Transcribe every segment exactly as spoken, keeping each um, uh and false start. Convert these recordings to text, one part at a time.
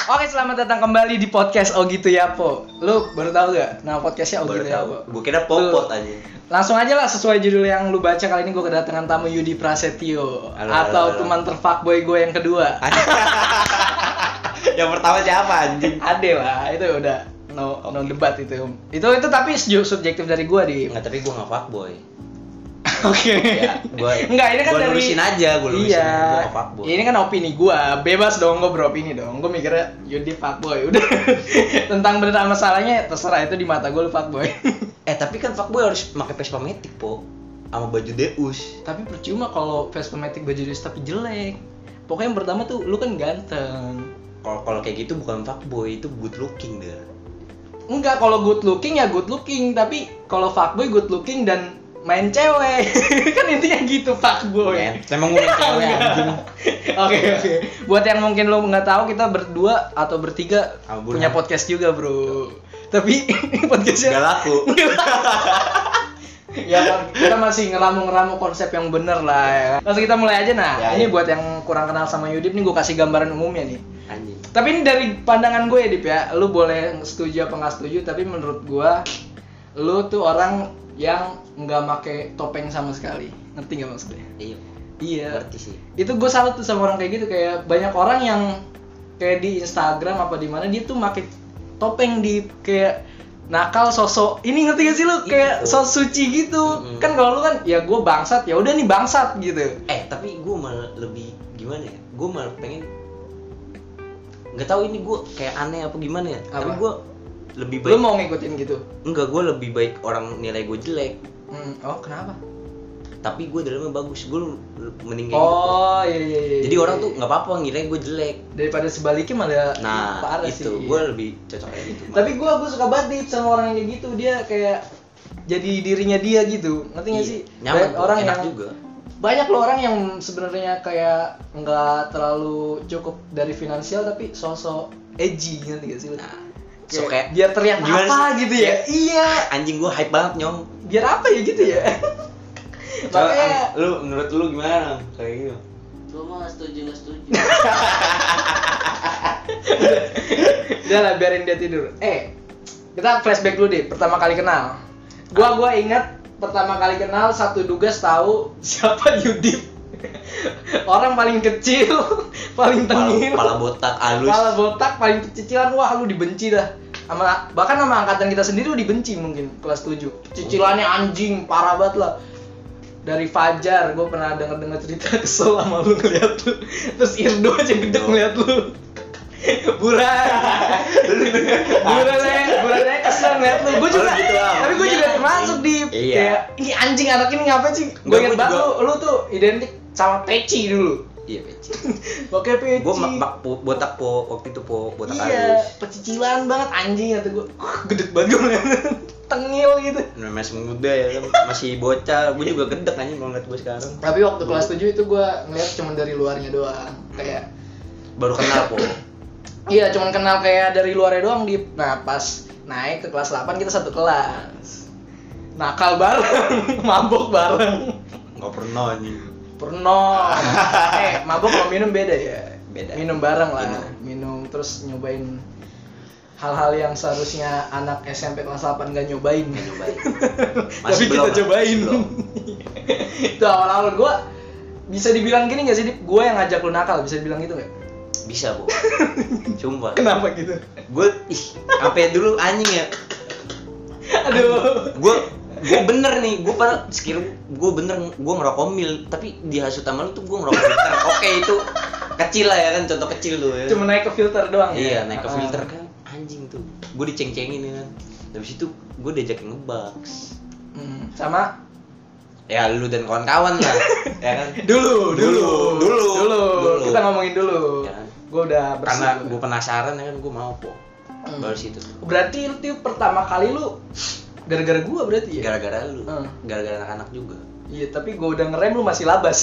Oke, selamat datang kembali di podcast Oh Gitu Ya Po. Lu baru tahu gak nama podcastnya Oh Baru Gitu Ya tahu. Po? Gue kira popot aja. Langsung aja lah, sesuai judul yang lu baca. Kali ini gue kedatangan tamu Yudi Prasetyo. Halo, Atau halo, halo. teman terfuckboy gue yang kedua. Yang pertama siapa anjing? Ade lah, itu udah no, no debat itu. Itu itu tapi subjektif dari gue di. Enggak, tapi gue nggak fuckboy. Oke. Ya, gua Enggak, ini kan gua dari lurusin aja, gua lurusin. Iya. Gua nggak fuckboy. Ini kan opini gua, bebas dong gua beropini dong. Gua mikirnya Yudi fuckboy. Udah. Tentang bener sama salahnya terserah, itu di mata gua lu fuckboy. Eh, tapi kan fuckboy harus pakai Vespa Matic, Po. Sama baju Deus. Tapi percuma kalau Vespa Matic baju Deus tapi jelek. Pokoknya yang pertama tuh lu kan ganteng. Kalau kalau kayak gitu bukan fuckboy, itu good looking deh. Enggak, kalau good looking ya good looking, tapi kalau fuckboy good looking dan main cewek. Kan intinya gitu fuckboy. Men, emang gue main cewek anjing. Oke oke. Buat yang mungkin lo nggak tahu, kita berdua atau bertiga Ah, punya podcast juga, bro. Tapi podcastnya Gak laku. Ya kita masih ngeramu-ngeramu konsep yang bener lah ya. Langsung kita mulai aja nah. Ya, ini ya. buat yang kurang kenal sama Yudip nih, gue kasih gambaran umumnya nih. Anjing. Tapi ini dari pandangan gue ya, Dip ya. Lu boleh setuju apa nggak setuju, tapi menurut gue lu tuh orang yang nggak make topeng sama sekali. Ngerti nggak maksudnya? Iya. Iya. Ngerti sih. Itu gue salut tuh sama orang kayak gitu. Kayak banyak orang yang kayak di Instagram apa di mana dia tuh make topeng di kayak nakal sosok. Ini ngerti gak sih lu? Kayak Itu. sok suci gitu. Mm-hmm. Kan kalau lu kan ya gue bangsat, ya udah nih bangsat gitu. Eh, tapi gue malah lebih gimana ya? Gue malah pengen nggak tahu ini gue kayak aneh apa gimana ya? Apa? Tapi gue lebih Lu baik. mau ngikutin gitu? Enggak, gue lebih baik orang nilai gue jelek. Hmm. Oh kenapa? Tapi gue dalamnya bagus. Gue mending kayak gitu. Oh iya iya iya. Jadi iya. orang tuh nggak apa-apa nilai gue jelek. daripada sebaliknya malah Nah, parah itu sih. gue lebih cocok kayak gitu. Tapi gue gue suka banget Dip, sama orang yang kayak gitu. Dia kayak jadi dirinya dia gitu. Ngerti nggak Iya, sih? nyaman Banyak tuh, orang enak yang juga. banyak loh orang yang sebenarnya kayak nggak terlalu cukup dari finansial tapi sosok edgy, ngerti gak sih lu? Nah, Kayak so kayak dia teriak gimana apa sih? gitu ya? Iya. anjing gue hype banget nyong. Biar apa ya gitu ya? Coba, Makanya an- lu menurut lu gimana kayak gitu? Gue mah nggak setuju nggak setuju. udah lah, biarin dia tidur. Eh, kita flashback dulu deh. Pertama kali kenal, gua gua ingat pertama kali kenal satu Dugas tahu siapa Yudip. Orang paling kecil, paling tengil, Pala, pala botak halus. Kepala botak, paling cicilan. Wah, lu dibenci dah. Sama bahkan sama angkatan kita sendiri lu dibenci mungkin kelas tujuh. Cicilannya anjing, parah banget lah. Dari Fajar, gue pernah denger-denger cerita kesel sama lu ngeliat lu. Terus Irdo aja gede ngeliat lu. Buran. Buran aja, buran aja kesel ngeliat lu. Gue juga, Oh, gitu, ah. tapi gue juga termasuk di Iya. kayak, ini anjing anak ini ngapain sih? Gue Enggak, inget gua banget juga. lu, lu tuh identik sama Peci dulu. Iya, peci. Pakai Peci. Gue botak po waktu itu po botak Iya, halus. pecicilan banget anjing kata gue. Gede banget gue ngeliat. Tengil gitu. Nah, masih muda ya kan, masih bocah. Gue juga gedek anjing kalau ngeliat gue sekarang. Tapi waktu kelas tujuh itu gue ngeliat cuma dari luarnya doang. Kayak Baru kenal po. iya, cuma kenal kayak dari luarnya doang di. Nah, pas naik ke kelas delapan kita satu kelas. Nakal bareng, mabok bareng. Nggak pernah anjing. Pernah. eh, mabok sama minum beda ya? Beda. Minum bareng lah. Minum. Minum terus nyobain hal-hal yang seharusnya anak S M P kelas delapan gak nyobain. Nggak nyobain. Tapi kita belum, cobain. belum. Itu awal-awal gue bisa dibilang gini gak sih, Dip? Gue yang ngajak lu nakal, bisa dibilang gitu gak? Bisa po. Sumpah. Kenapa gitu? Gue ih sampai dulu anjing ya. Aduh. Gue gue bener nih, gue pada skill gue bener, gue ngerokok mil, tapi dihasut sama lu tuh gue ngerokok filter. Oke, itu kecil lah ya kan, contoh kecil tuh ya. Cuma naik ke filter doang. Iya, ya? naik ke Ah. filter kan anjing tuh. Gue diceng-cengin ya kan. Habis itu gue diajakin ngebaks. Hmm, sama Ya lu dan kawan-kawan lah, ya kan. dulu, dulu, Dulu, dulu. dulu. Kita ngomongin dulu. Ya kan? Gue udah bersih. Karena gua. gue penasaran ya kan, gue mau po. Hmm. Baru situ. Berarti itu pertama kali lu gara-gara gua berarti ya? Gara-gara lu, Hmm. gara-gara anak-anak juga. Iya, tapi gua udah ngerem lu masih labas.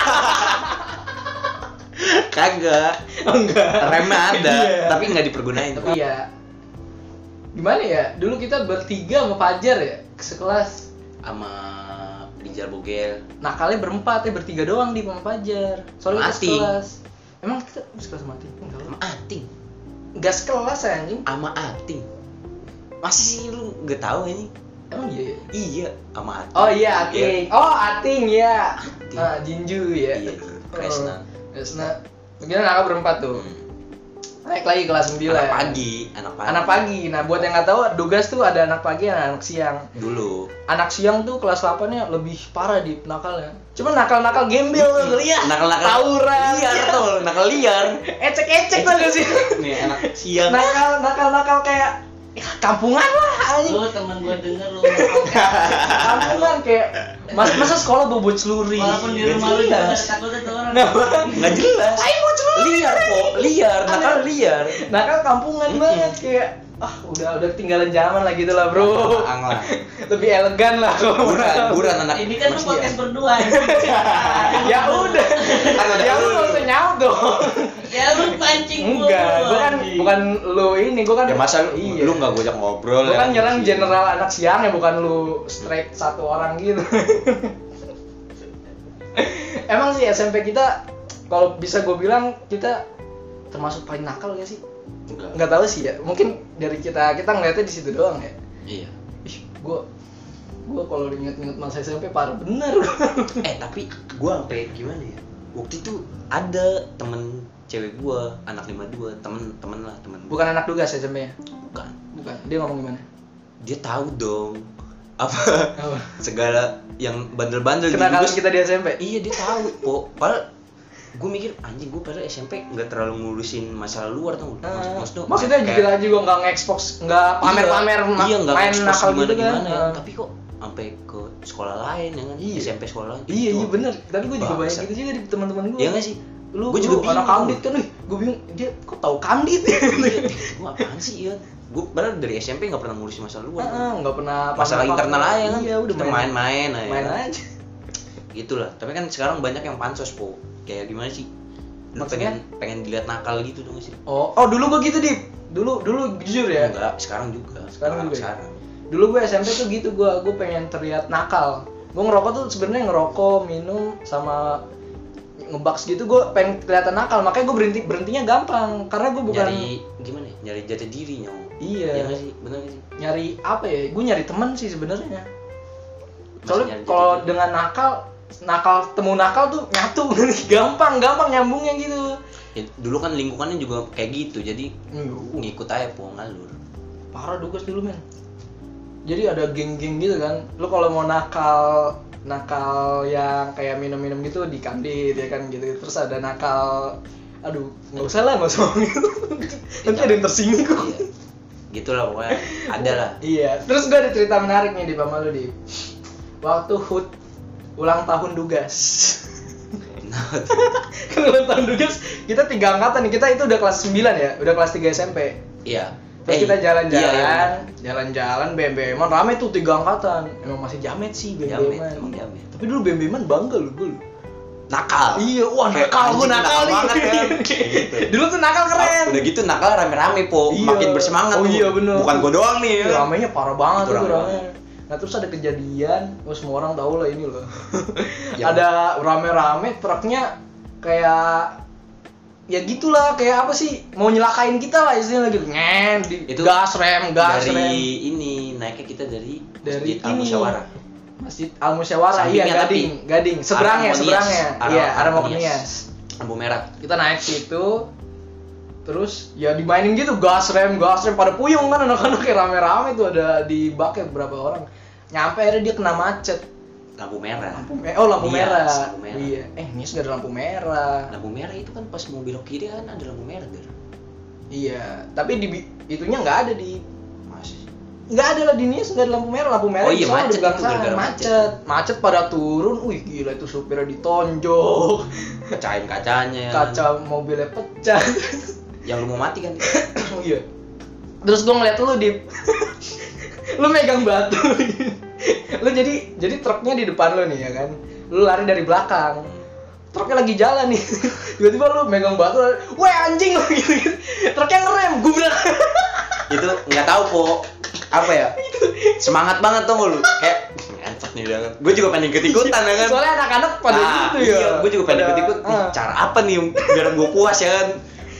Kagak. Oh, enggak. Remnya ada, Iya. tapi nggak dipergunain. Tapi ya gimana ya? Dulu kita bertiga sama Fajar ya, sekelas. Sama Rijal Bogel. Nakalnya berempat ya, bertiga doang di sama Fajar. Soalnya kita Mati. sekelas. Emang kita sekelas mati? Enggak lah. Sama Ating. Enggak gas kelas anjing. Sama Ating. Masih sih lu nggak tahu ini? Emang iya ya? Iya, sama Ating. Oh iya Ating. Oh Ating ya. Ating. Ah, Jinju ya. Iya, Kresna. Kresna. Begini anak berempat tuh. Hmm. Naik lagi kelas sembilan. Anak pagi, anak pagi. Anak pagi. Nah, buat yang nggak tahu, Dugas tuh ada anak pagi dan anak siang. Dulu. Anak siang tuh kelas delapan-nya lebih parah di nakalnya. Cuma nakal-nakal gembel tuh, lihat. Nakal-nakal tawuran. liar tuh, nakal liar. Ecek-ecek tuh gak sih? Nih anak siang. Nakal, nakal-nakal kayak ya, kampungan lah anjing. Lu temen gua denger lu. Kampungan kayak mas masa sekolah bobot celuri. Walaupun di rumah lu juga takutnya tuh orang. Nggak jelas. Ayo mau celuri. Liar kok, liar, nakal liar. Nakal kampungan banget kayak ah udah udah ketinggalan zaman lah gitu lah bro. Ang lah. Lebih elegan lah. Buran, buran anak. Ini kan lu Mas podcast Ian. berdua. Ya udah. Kan udah Ya lu lu. nggak usah nyaut dong. Ya lu pancing mulu. Enggak, gua kan anjing. bukan lu ini, gua kan Ya masa lu, iya. lu nggak gojek ngobrol Gua ya? kan nyerang general anak siang ya, bukan lu straight satu orang gitu. Emang sih S M P kita kalau bisa gue bilang kita termasuk paling nakal gak sih? Enggak. Nggak tahu sih ya. Mungkin dari kita kita ngeliatnya di situ doang ya. Iya. Ih, gue gue kalau inget-inget masa S M P parah bener. Eh tapi gua sampai gimana ya? Waktu itu ada temen cewek gua, anak lima dua, temen temen lah temen. Bukan anak Dugas S M P ya? Bukan. Bukan. Dia ngomong gimana? Dia tahu dong apa Apa? segala yang bandel-bandel di Kenakalan Dugas. kita di S M P. Iya dia tahu, po. Padahal gue mikir anjing gue pada S M P nggak terlalu ngurusin masalah luar tuh. Uh, Maksudnya, maksudnya kayak- juga aja gue nggak nge-expose, nggak pamer-pamer, iya, ma- iya, nggak main expose nakal gimana gitu kan. gimana ya. Uh. Tapi kok sampai ke sekolah lain ya kan? Iya. S M P sekolah lain. Iya gitu. iya bener. Tapi gue juga banyak Bangsat. gitu juga di teman-teman gue. Iya nggak sih? Lu, Gua juga lu anak bingung. kamdit kan, nih gue bingung dia kok tahu kamdit. Gue apaan sih ya? Gue padahal dari S M P nggak pernah ngurusin masalah luar. Heeh, nggak pernah Masalah pamer-pamer. internal aja kan. Iya udah Kita main-main aja. Main aja. Gitulah. Tapi kan sekarang banyak yang pansos po. Kayak gimana sih? Lu Maksudnya? pengen pengen dilihat nakal gitu dong sih? Oh, oh dulu gue gitu Dip. Dulu dulu jujur ya. Enggak, sekarang juga. Sekarang juga ya? Sekarang. Dulu gue S M P tuh gitu, gue gue pengen terlihat nakal. Gue ngerokok tuh sebenarnya ngerokok, minum sama ngebaks gitu, gue pengen kelihatan nakal. Makanya gue berhenti berhentinya gampang karena gue bukan Nyari gimana ya? Nyari jati diri nyong. Iya. Iya nggak sih? Bener nggak sih? nyari apa ya? Gue nyari teman sih sebenarnya. Masih Soalnya nyari jati kalau diri. dengan nakal, nakal temu nakal tuh nyatu, gampang gampang nyambungnya gitu. Ya, dulu kan lingkungannya juga kayak gitu, jadi Uh, ngikut aja po ngalur. parah Dugas dulu men. Jadi ada geng-geng gitu kan. Lu kalau mau nakal nakal yang kayak minum-minum gitu di kandit ya kan gitu. Terus ada nakal, aduh nggak usah lah nggak usah ngomong gitu. Nanti ada yang tersinggung. Iya. Gitulah pokoknya ada lah. Iya. Terus gue ada cerita menarik nih di Pama lu di waktu H U T ulang tahun Dugas. Kan ulang tahun Dugas kita tiga angkatan nih. Kita itu udah kelas sembilan ya, udah kelas tiga S M P. Iya. Terus Eh, kita iya, jalan-jalan, iya, jalan-jalan B M B-man rame tuh tiga angkatan. Emang masih jamet sih B M Jamet, B-man. emang jamet. Tapi dulu B M B-man bangga loh gue. nakal. Iya, wah Kayak nakal, gue anjing, nakal nih. banget kan. Gitu. Dulu tuh nakal keren. Udah gitu nakal rame-rame po, Iya. makin bersemangat Oh tuh. iya, bener. Bukan gua doang nih. Iya, Ya. ramenya parah banget Itu tuh rame rame. banget. Nah terus ada kejadian, oh semua orang tahu lah ini loh. Yang- Ada rame-rame truknya kayak ya gitulah, kayak apa sih, mau nyelakain kita lah istilahnya gitu. Ngen, di Itu gas rem, gas dari rem. ini naiknya kita dari Dari Masjid Al Musyawarah. Masjid Al Musyawarah, iya Sampingnya Gading, tapi. Gading, seberangnya, Arah mau seberangnya. Nias. Iya, Arah- arah mau arah ke Nias. Nias. Lampu merah. Kita naik situ, terus ya dimainin gitu, gas rem, gas rem, pada puyung kan anak-anak kayak rame-rame tuh, ada di baknya beberapa orang. Nyampe akhirnya dia kena macet. Lampu merah. Lampu me- oh lampu Nias, merah. lampu merah. Iya, eh Nias nggak ada lampu merah. Lampu merah itu kan pas mau belok kiri kan ada lampu merah der. Iya, tapi di bi- itunya nggak ada di Masih. nggak ada lah di Nias, nggak ada lampu merah, lampu merah Oh iya, di sana macet di belakang itu sana, gara-gara macet. macet pada turun, wih gila itu supirnya ditonjok, Pecahin kacanya. kaca mobilnya pecah. Yang lu mau mati kan. Oh iya. Terus gua ngeliat lu di lu megang batu. Lu jadi jadi truknya di depan lu nih ya kan. Lu lari dari belakang. Truknya lagi jalan nih. Tiba-tiba lu megang batu, "Weh anjing!" lu gitu. Truknya ngerem, gubrak. Itu nggak tahu po apa ya, semangat banget tuh lu kayak ngantuk nih banget. Gue juga pengen ikut ikutan ya kan. Soalnya anak-anak pada Nah, gitu ya. iya, gue juga pengen Pada- ikut ikut. Nih, ah. cara apa nih biar gue puas ya kan?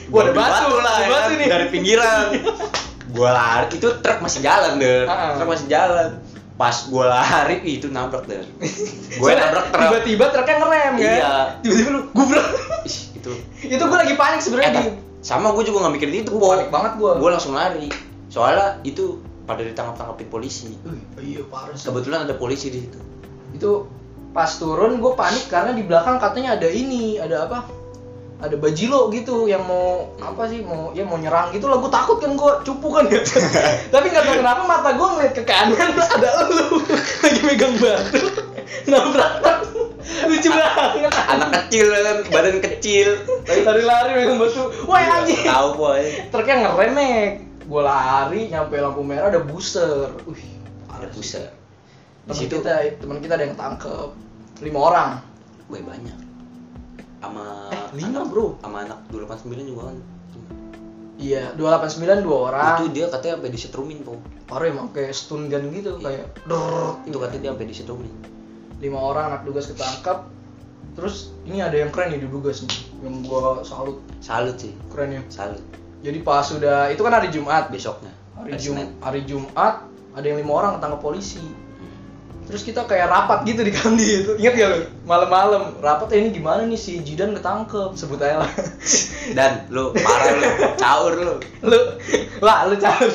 Wah, ada Gua ambil batu, lah ada ya batu kan, nih. dari pinggiran. Gua lari, itu truk masih jalan deh. Ah. Truk masih jalan. Pas gua lari, ih, itu nabrak deh. Gua nabrak truk. Tiba-tiba truknya ngerem kan? Iya. Tiba-tiba lu gubrak. Ih, itu. Itu gue lagi panik Eh, sebenarnya di. tak- sama gua juga nggak mikirin itu, Gua Po. panik banget gua. Gua langsung lari. Soalnya itu pada ditangkap-tangkapin polisi. Wih, iya parah sih. Kebetulan ada polisi di situ. Itu pas turun gue panik karena di belakang katanya ada ini, ada apa? Ada bajilo gitu yang mau apa sih, mau ya mau nyerang gitu lah. Gue takut kan, gue cupu kan ya. Tapi nggak tahu kenapa mata gue ngeliat ke kanan ada lu lagi megang batu nabrak. Lucu banget. Anak kecil kan, badan kecil. Lari-lari megang batu. Wah anjing. Tahu, boy. Truknya ngerem mek. Gue lari nyampe lampu merah ada booster. Wih, Ada pusat. Di Temen situ kita, teman kita ada yang tangkep lima orang. gue banyak. Sama Eh, lima, anak- bro. Sama anak dua delapan sembilan juga kan. Iya, dua delapan sembilan dua orang. Itu dia katanya sampai disetrumin, Po. Parah emang kayak stun gun gitu, Iya. kayak drrrr, Itu katanya dia sampai disetrumin. lima orang anak dugas ketangkap. Terus ini ada yang keren nih di dugas nih, yang gua salut Salut sih. kerennya. Salut. Jadi pas sudah itu kan hari Jumat, Besoknya. hari hari Jum Senin. hari Jumat ada yang lima orang ketangkap polisi. Terus kita kayak rapat gitu di Kandi itu. Ingat gak lu? Malam-malam rapat, eh, ini gimana nih si Jidan ketangkep, sebut aja lah. Dan lu parah lu, caur lu. Lu lah lu cari.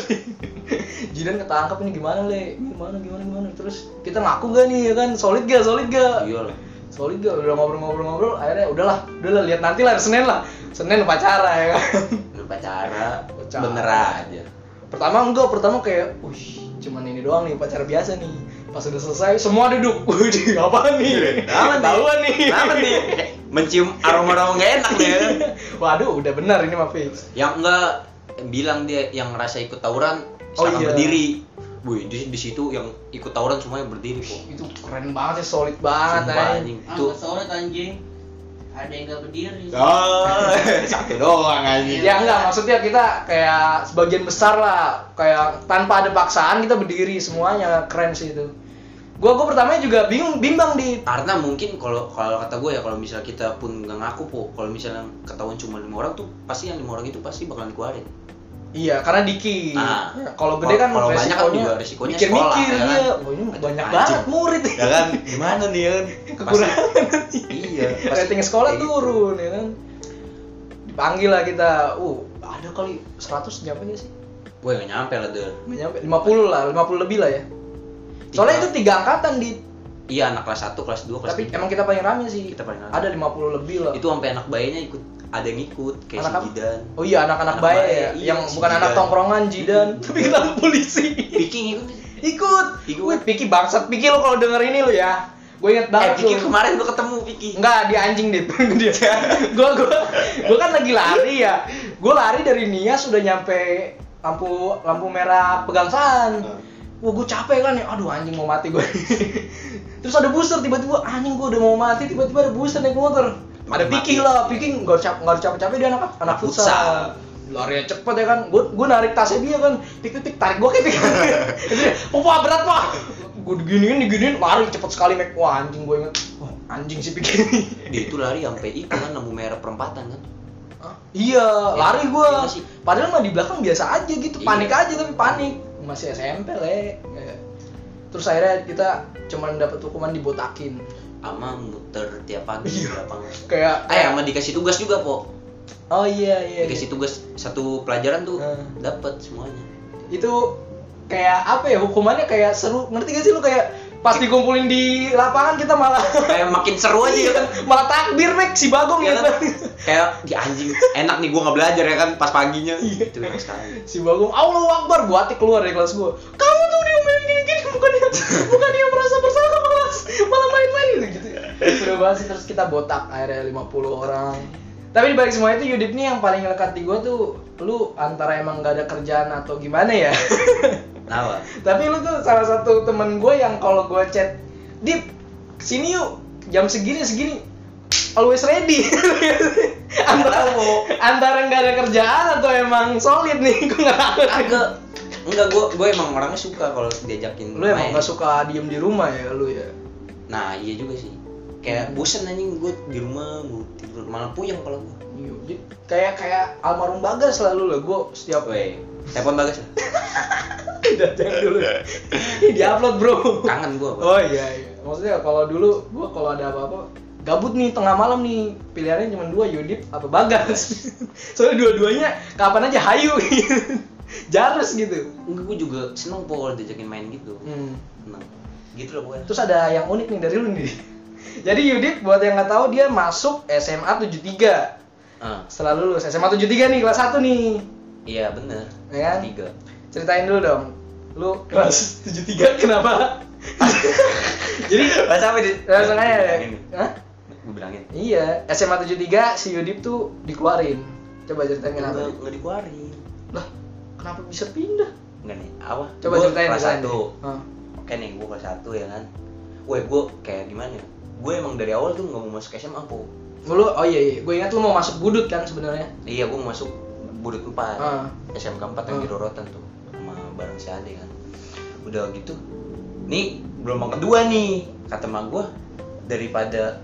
Jidan ketangkep, ini gimana le? Ini gimana gimana gimana. Terus kita ngaku gak nih ya kan? Solid gak? Solid gak? Iya lah. Solid gak? Udah ngobrol-ngobrol-ngobrol, akhirnya udahlah, udahlah lihat nanti lah Senin lah. Senin upacara ya kan. Lu pacara, Upacara. bener aja. Pertama enggak, pertama kayak, wih, cuman ini doang nih upacara biasa nih. Pas udah selesai semua duduk. Wih, apa nih? Apa nih? Tahuan nih. Apa nih? Mencium aroma-aroma gak enak deh. Waduh, udah benar ini mah fix. Yang enggak bilang dia yang ngerasa ikut tawuran Oh, silakan iya. berdiri. Wih, di, di situ yang ikut tawuran semuanya berdiri, Po. Itu keren banget sih, solid banget Sumpah, anjing. anjing. Ah, Itu nggak solid anjing. Ada yang gak berdiri. oh, satu doang anjing. Ya enggak, maksudnya kita kayak sebagian besar lah, kayak tanpa ada paksaan kita berdiri semuanya, keren sih itu. Gua gua pertamanya juga bingung, bimbang di. Karena mungkin kalau kalau kata gue ya, kalau misalnya kita pun nggak ngaku, Po, kalau misalnya ketahuan cuma lima orang tuh pasti yang lima orang itu pasti bakalan dikeluarin. Iya, karena dikit. Ah. Ya, kalau gede kan Kalau banyak kan resikonya juga resikonya mikir-mikir sekolah, ya kan? iya. Oh, ini banyak Anjing. banget murid. Ya kan? Gimana nih kan? Kekurangan. Iya. pasti Rating sekolah kayak gitu. turun ya kan. Dipanggil lah kita. Uh, ada kali seratus nyampe nggak sih? Gue nggak nyampe lah deh. Nggak nyampe, lima puluh lah, lima puluh lebih lah ya. Soalnya Tiga. itu tiga angkatan di. Iya, anak kelas satu, kelas dua, kelas Tapi tiga. emang kita paling rame sih. Kita paling rame. Ada lima puluh lebih lah. Itu sampai anak bayinya ikut, ada yang ikut kayak Anak si apa? Jidan. Oh iya, anak-anak Anak bayi bayi, ya, iya, yang si bukan anak Jidan. tongkrongan Jidan, tapi ketangkep polisi. Viking ikut. Ikut. Ikut. Wih, Piki bangsat. Piki lo kalau denger ini lo ya. Gue inget Eh, banget Viking lu. kemarin gue ketemu Viking. Enggak, dia anjing deh. dia. Gua gua gua kan lagi lari ya. Gua lari dari Nias udah nyampe lampu lampu merah Pegangsaan. Wah, gue capek kan ya. Aduh, anjing mau mati gue. Terus ada booster tiba-tiba, anjing gue udah mau mati, tiba-tiba ada booster naik motor. Ada Mati. Piki lah, Piki enggak cap enggak capek-capek dia anak anak futsal. futsal. Larinya cepet ya kan. Gue gue narik tasnya dia kan. Pik pik, pik tarik gue kayak Pik. Wah, berat, Pak. Gue diginiin, diginiin, lari cepet sekali, Mek. Wah, anjing gue inget. Wah, anjing si Piki ini. Dia itu lari sampai itu kan lampu merah perempatan kan. Hah? Iya, lari Iya, gua. iya sih. Padahal mah di belakang biasa aja gitu, Iya. panik aja tapi panik. Masih S M P le. Ya. Terus akhirnya kita cuman dapat hukuman dibotakin. Ama muter tiap pagi di Iya. lapangan. Kayak Eh, sama dikasih tugas juga, Po. oh iya iya. Dikasih iya. tugas satu pelajaran tuh Hmm. dapat semuanya. Itu kayak apa ya, hukumannya kayak seru. Ngerti gak sih lu, kayak pas dikumpulin di lapangan kita malah Kayak makin seru aja ya kan. malah takbir, Mek, si Bagong Ya ya kan? kan. Kayak di anjing enak nih gua nggak belajar ya kan pas paginya. Iya. Itu enak sekali. Si Bagong, Allahu Akbar, gua hati keluar dari kelas gua. Kamu tuh diomelin gini-gini, bukan dia, bukan dia merasa bersalah malah malah main-main gitu. Seru banget sih. Terus kita botak akhirnya lima puluh orang. Tapi dibalik semua itu, Yudip nih yang paling ngelekat di gua tuh, lu antara emang gak ada kerjaan atau gimana ya. Kenapa? Tapi lu tuh salah satu temen gue yang kalau gue chat, Dip, sini yuk, jam segini segini, always ready. antara, antara nggak ada kerjaan atau emang solid nih, gue nggak tahu. Agak enggak, gua gua emang orangnya suka kalau diajakin Lu emang main. nggak suka diem di rumah ya lu ya. Nah, iya juga sih. kayak bosen anjing gue di rumah mau tidur malah puyeng kalau gue. Iya, jadi kayak kayak almarhum Bagas selalu lah, gue setiap Weh, telepon Bagas lah. udah jangan dulu. Ini diupload bro. Kangen gue. Oh iya iya. Maksudnya kalau dulu gue kalau ada apa-apa gabut nih tengah malam nih pilihannya cuma dua, Yudip apa Bagas. Soalnya dua-duanya kapan aja hayu gitu. Jarus gitu. Enggak, gue juga seneng po kalau diajakin main gitu. Hmm. Seneng. Gitu loh pokoknya. Terus ada yang unik nih dari lu nih. Jadi Yudip buat yang nggak tahu dia masuk S M A tujuh tiga. Ah. Setelah lulus S M A tujuh tiga nih kelas satu nih. Iya bener. Ya kan? Tiga. Ceritain dulu dong. Lu kelas tujuh tiga kenapa? Jadi Bahasa apa di? langsung aja ya. Hah? Gue bilangin. Iya, S M A tujuh tiga si Yudip tuh dikeluarin. Coba ceritain kenapa? Enggak, enggak dikeluarin. Lah, kenapa bisa pindah? Enggak nih, apa? Coba Gua ceritain kelas ceritain. satu. Hah. Oke nih, gue kelas satu ya kan. Weh, gue kayak gimana ya? Gue emang dari awal tuh nggak mau masuk S M A po. Lu oh iya iya, gue ingat lu mau masuk Budut kan sebenarnya. Iya, gue mau masuk Budut empat. Ah. S M K empat yang Ah. di Rorotan tuh sama bareng si Ade kan. Udah gitu. Nih, gelombang kedua nih. Kata emak gue daripada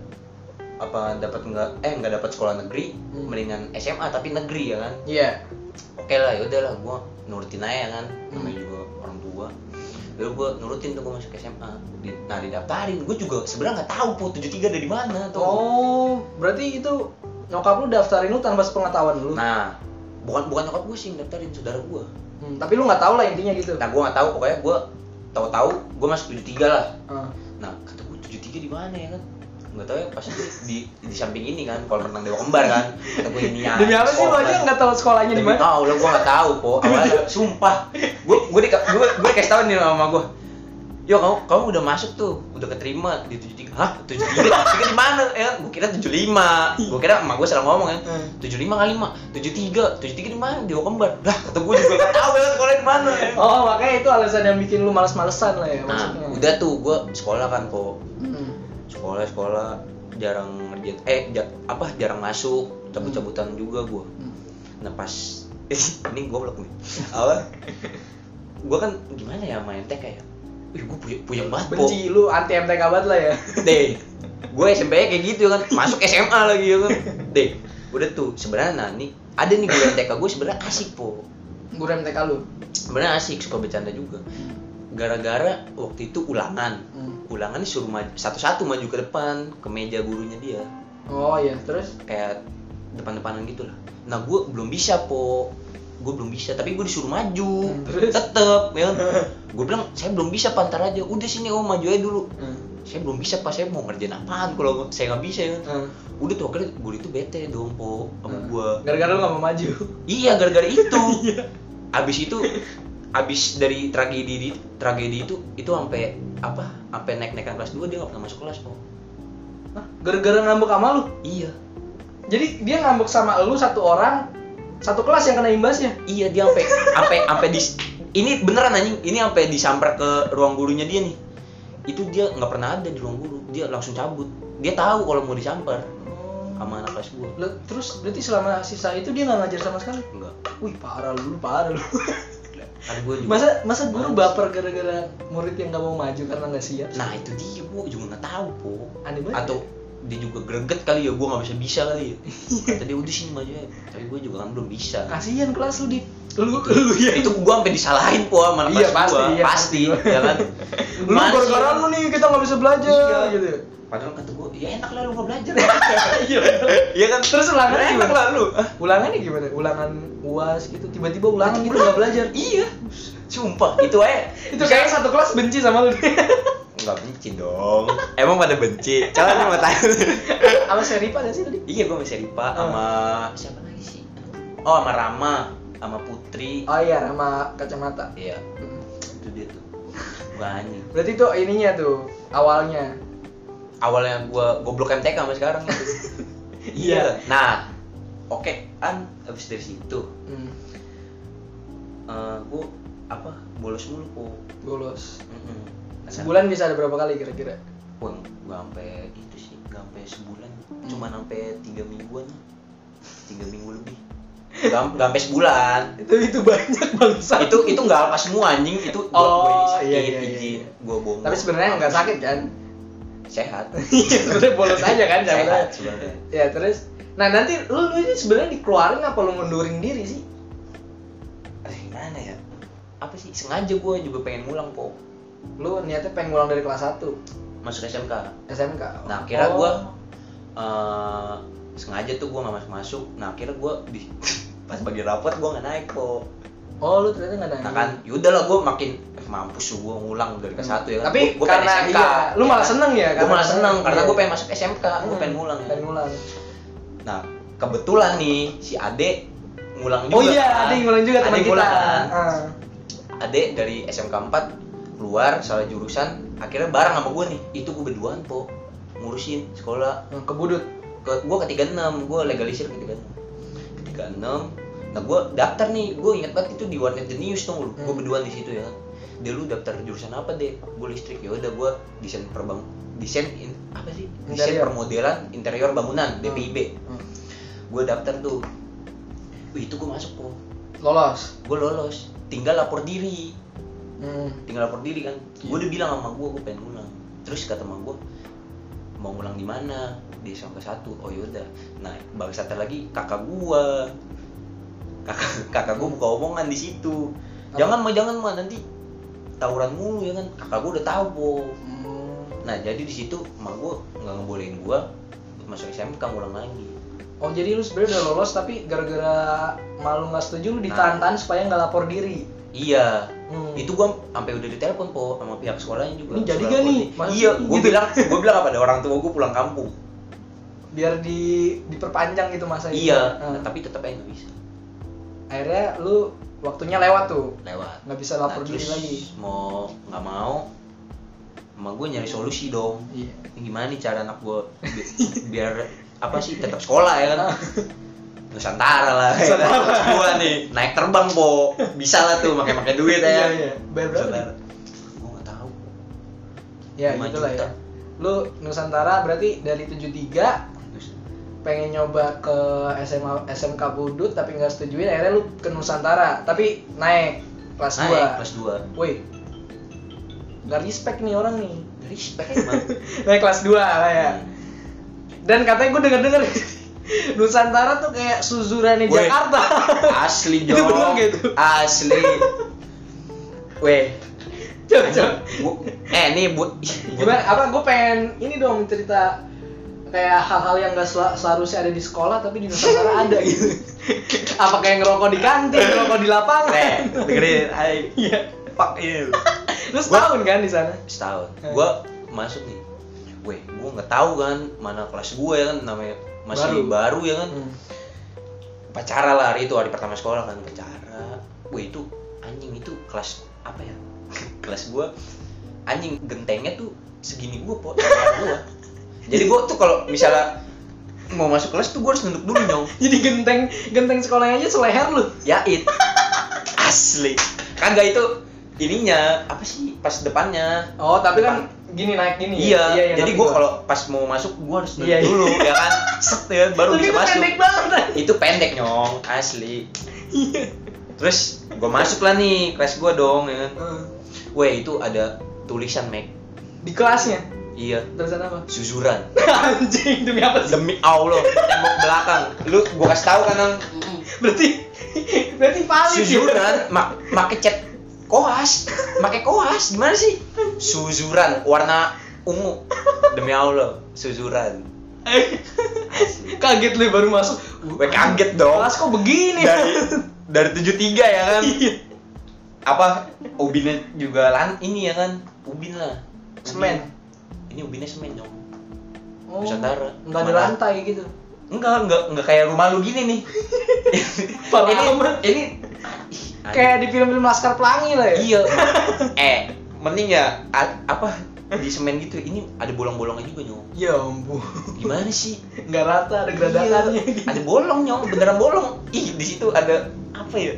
apa dapat enggak eh enggak dapat sekolah negeri, Hmm. mendingan S M A tapi negeri ya kan. Iya. Oke lah, yaudahlah gue nurutin aja kan. Namanya Hmm. juga orang tua. Lalu gue nurutin tuh gue masuk S M A. Di, nah didaftarin, gue juga sebenarnya nggak tahu po tujuh tiga dari mana tuh. Oh, berarti itu nyokap lu daftarin lu tanpa sepengetahuan lu. Nah, bukan bukan nyokap gue sih yang daftarin, saudara gue. Hmm, tapi lu nggak tahu lah intinya gitu. Nah, gue nggak tahu, pokoknya gue tahu-tahu gue masuk tujuh tiga lah. Ah. Nah, kata gue tujuh tiga di mana ya kan? Nggak tahu ya, pas itu di di samping ini kan, kalau renang Dewa Kembar kan. Kata gue ini ya. Demi apa sih lu aja nggak tahu sekolahnya di mana? Tahu lah, gue nggak tahu po. Awalnya, sumpah. Gue gue di gue gue kasih tahu nih sama mama gue. Yo kamu kamu udah masuk tuh, udah keterima di tujuh tiga. Hah? tujuh tiga? tujuh tiga di mana? Ya, gue kira tujuh lima. Gue kira emak gue salah ngomong kan. Hmm. tujuh lima kali mak. tujuh tiga. tujuh tiga di mana? Dewa Kembar. Lah, kata gue juga enggak tahu ya sekolah di mana. Oh, makanya itu alasan yang bikin lu malas-malesan lah ya Nah, maksudnya. udah tuh gue sekolah kan po. Hmm. Sekolah sekolah jarang ngerjain eh ja- apa jarang masuk, cabut-cabutan juga gue. Hmm. Nah, pas ini goblok nih. Awal gue kan gimana ya main T K ya? Wih, gue puyeng, puyeng banget po. Benci lu anti M T K banget lah ya. Deh, gue S M P kayak gitu kan, masuk S M A lagi ya kan. Deh, udah tuh sebenarnya nah, nih ada nih guru M T K gue sebenarnya asik po. Guru M T K lu. Sebenarnya asik, suka bercanda juga. Gara-gara waktu itu ulangan, Hmm. ulangan disuruh maju, satu-satu maju ke depan ke meja gurunya dia, Oh iya, terus kayak depan-depanan gitu lah. Nah gue belum bisa po, gue belum bisa, tapi gue disuruh maju, Hmm, terus? tetep ya. Gue bilang saya belum bisa pantar aja, udah sini om maju aja dulu. Hmm. Saya belum bisa pas saya mau ngerjain apaan kalau saya nggak bisa ya. Hmm. Udah tuh akhirnya guru itu bete dong po sama Hmm. gua. Gara-gara lu gak mau maju. Iya gara-gara itu. Iya. Abis itu abis dari tragedi di, tragedi itu itu sampai apa? Sampai naik-naikan kelas dua dia nggak pernah masuk kelas po. Hah? Gara-gara ngambek sama lu? Iya. Jadi dia ngambek sama lu satu orang, satu kelas yang kena imbasnya? Iya dia sampai sampai sampai di ini beneran anjing, ini sampai disamper ke ruang gurunya dia nih. Itu dia nggak pernah ada di ruang guru, dia langsung cabut. Dia tahu kalau mau disamper sama anak kelas gua. Lah, terus berarti selama sisa itu dia nggak ngajar sama sekali? Enggak. Wih parah lu, lu parah lu. Kan gua juga. Masa masa guru baper gara-gara murid yang nggak mau maju karena nggak siap? Nah itu dia, gua juga nggak tahu po. Aneh banget. Atau dia juga greget kali ya, gua nggak bisa bisa kali ya. Kata dia udah sini maju aja. Tapi gua juga kan belum bisa. Kasihan kelas lu di lu lu ya. Itu gua sampai disalahin po sama anak Iya, kelas pasti, gua. iya, Pasti, pasti. ya kan. Lu Mana gara-gara sih? lu nih kita nggak bisa belajar Iya. gitu. Padahal kata gua, ya enak lah lu nggak belajar. Iya. Iya kan. Terus ulangannya enak gimana? lah lu. Ulangannya gimana? Ulangan U A S gitu tiba-tiba ulangan gitu nggak belajar. Iya. Sumpah, itu aja. Itu kayak satu kelas benci sama lu. Enggak benci dong. Emang pada benci. Coba nih mau tanya. Sama Seripa gak sih tadi? Iya, gua sama Seripa sama siapa lagi sih? Oh, sama Rama, sama Putri. Oh iya, sama kacamata. Iya, Hmm. itu dia tuh. Gua anjing. Berarti tuh ininya tuh awalnya. Awalnya gua goblok M T K sampai sekarang. Iya. Nah, oke, kan habis dari situ Hmm. eh gua apa? Bolos mulu po. Bolos. Heeh. Sebulan bisa ada berapa kali kira-kira? Wah, nggak sampai itu sih, nggak sampai sebulan, cuma sampai tiga mingguan, tiga minggu lebih, nggak nggak sampai sebulan. Itu itu banyak bangsa. Itu itu nggak apa semua anjing, itu gua, Oh, gua ini sakit, iya, iya, iya, izin, iya. gua bohong. Tapi sebenarnya nggak sakit kan? sehat. Sebenarnya bolos aja kan Sehat sebenarnya. sebenarnya. Ya terus, nah nanti lu lu ini sebenarnya dikeluarin apa lu ngundurin diri sih? Aduh, gimana ya? Apa sih? Sengaja gue juga pengen ngulang kok. Lu niatnya pengen ngulang dari kelas satu Masuk S M K. S M K. Nah, kira Oh. gue uh, sengaja tuh gue nggak masuk masuk. Nah, kira gue di pas bagi rapot gue nggak naik kok. Oh, lu ternyata nggak ada. Nah kan, yaudah lah gue makin eh, mampus gue ngulang dari kelas satu ya kan. Tapi Gua- gua pengen karena S M K. iya, lu malah kan? seneng ya? Gue malah seneng karena iya. gue pengen masuk S M K, gue Hmm, pengen ngulang ya. Pengen ngulang. Nah, kebetulan nih si Ade ngulang juga. Oh iya, kan. Ade ngulang juga teman Ade kita. ngulang kan. Ah. Ade dari S M K empat keluar salah jurusan, akhirnya bareng sama gue nih. Itu gue berduaan po ngurusin sekolah. Hmm, Kebudut. Ke gue ke tiga puluh enam, gue legalisir ke tiga puluh enam. Ke tiga puluh enam. Nah, gue daftar nih, gue ingat banget itu di warnet The News tuh lu. Gue Hmm. berduaan di situ ya kan. Dia lu daftar jurusan apa deh? Gue listrik. Ya udah gue desain perbang desain in, apa sih? Desain Interior. permodelan interior bangunan D P I B. Hmm. Gue daftar tuh. Wih, itu gue masuk kok. Lolos. Gue lolos. Tinggal lapor diri. Hmm. Tinggal lapor diri kan. Gue udah bilang sama gue, gue pengen ngulang. Terus kata sama gue, mau ngulang di mana? Di S M K satu. Oh yaudah. Nah, bagus satu lagi kakak gue. Kakak kakak gue buka omongan di situ. Jangan mah jangan mah nanti tawuran mulu ya kan. Kakak gue udah tahu po. Hmm. Nah, jadi di situ emak gue nggak ngebolehin gue masuk S M K ngulang lagi. Oh jadi lu sebenarnya udah lolos tapi gara-gara malu nggak setuju lu ditahan-tahan supaya nggak lapor diri. Iya. Hmm. Itu gua sampai udah ditelepon po sama pihak sekolahnya juga. Ini jadi Suruh gak lapor nih? nih. Masih Iya, gua gitu. bilang gua bilang apa ada orang tua gua pulang kampung. Biar di diperpanjang gitu masa itu. Iya, Nah, nah, tapi tetap aja nggak bisa. akhirnya lu waktunya lewat tuh. Lewat. Nggak bisa lapor Nah, diri terus lagi. Mau nggak mau sama gue nyari solusi dong. Iya. Ini gimana nih cara anak gua bi- biar apa sih tetap sekolah ya kan? Nusantara lah ya kan? Gua nih naik terbang po. Bisa lah tuh pakai-pakai duit ya. Iya, iya. Bayar berapa? Nusantara. Gua nggak tahu. Ya lima gitulah juta. ya. Lu Nusantara berarti dari tujuh puluh tiga Terus, pengen nyoba ke S M A S M K Budut tapi nggak setujuin akhirnya lu ke Nusantara tapi naik kelas naik dua. kelas dua. Woi. Nggak respect nih orang nih. Respect emang. Naik kelas dua lah ya. Dan katanya gue denger-denger Nusantara tuh kayak Suzurane Weh, Jakarta. Asli Itu dong. bener gitu. Asli. Weh. Coba, coba. Bu- eh nih bu. Gimana? Apa gue pengen ini dong cerita kayak hal-hal yang gak sel- seharusnya ada di sekolah tapi di Nusantara ada gitu. Apa kayak ngerokok di kantin, ngerokok di lapangan? Eh, dengerin. Hai. Iya. Pak ini. Lu setahun kan di sana? Setahun. Eh. Gua masuk nih. Weh, gua nggak tahu kan mana kelas gue ya kan namanya masih Baru. baru, ya kan. Hmm. Pacara lah hari itu hari pertama sekolah kan pacara. Weh itu anjing itu kelas apa ya? Kelas gua anjing gentengnya tuh segini gua po, gua. Jadi gua tuh kalau misalnya mau masuk kelas tuh gua harus nunduk dulu nyong. Jadi genteng genteng sekolahnya aja seleher lu. Yait. Asli. Kagak itu ininya apa sih pas depannya. Oh, tapi kan gini naik gini. Iya, ya? jadi ngerti gua kalau pas mau masuk gua harus nunduk Iya, iya. dulu ya kan. Set ya baru Tapi bisa itu masuk. pendek banget. Kan? Itu pendek nyong, asli. Terus gua masuk lah nih kelas gua dong ya kan. Hmm. Weh itu ada tulisan Mac. Di kelasnya Iya, tulisan apa? Suzuran. Anjing demi apa sih? Demi Allah, tembok belakang. Lu gua kasih tahu kan Nang. Berarti berarti valid ya? Suzuran mak make cat koas, make koas gimana sih? Suzuran warna ungu. Demi Allah, Suzuran. Asli. Kaget lu baru masuk. Gue kaget dong. Kelas kok begini? Dari dari tujuh tiga ya kan. Iya. Apa ubinnya juga lan ini ya kan. Ubin lah. Semen. Ini ubinnya semen dong. Oh, Nusantara. Enggak ada Mana? lantai gitu. Enggak, enggak, enggak kayak rumah lu gini nih. Parah ini, amat. ini Kayak di film-film Laskar Pelangi lah ya. iya. Eh, mending ya a- apa di semen gitu. Ini ada bolong-bolongnya juga nyong. Ya ampun. Gimana sih? Enggak rata, ada geradakannya. Iya, ada bolong nyong, beneran bolong. Ih, di situ ada apa ya?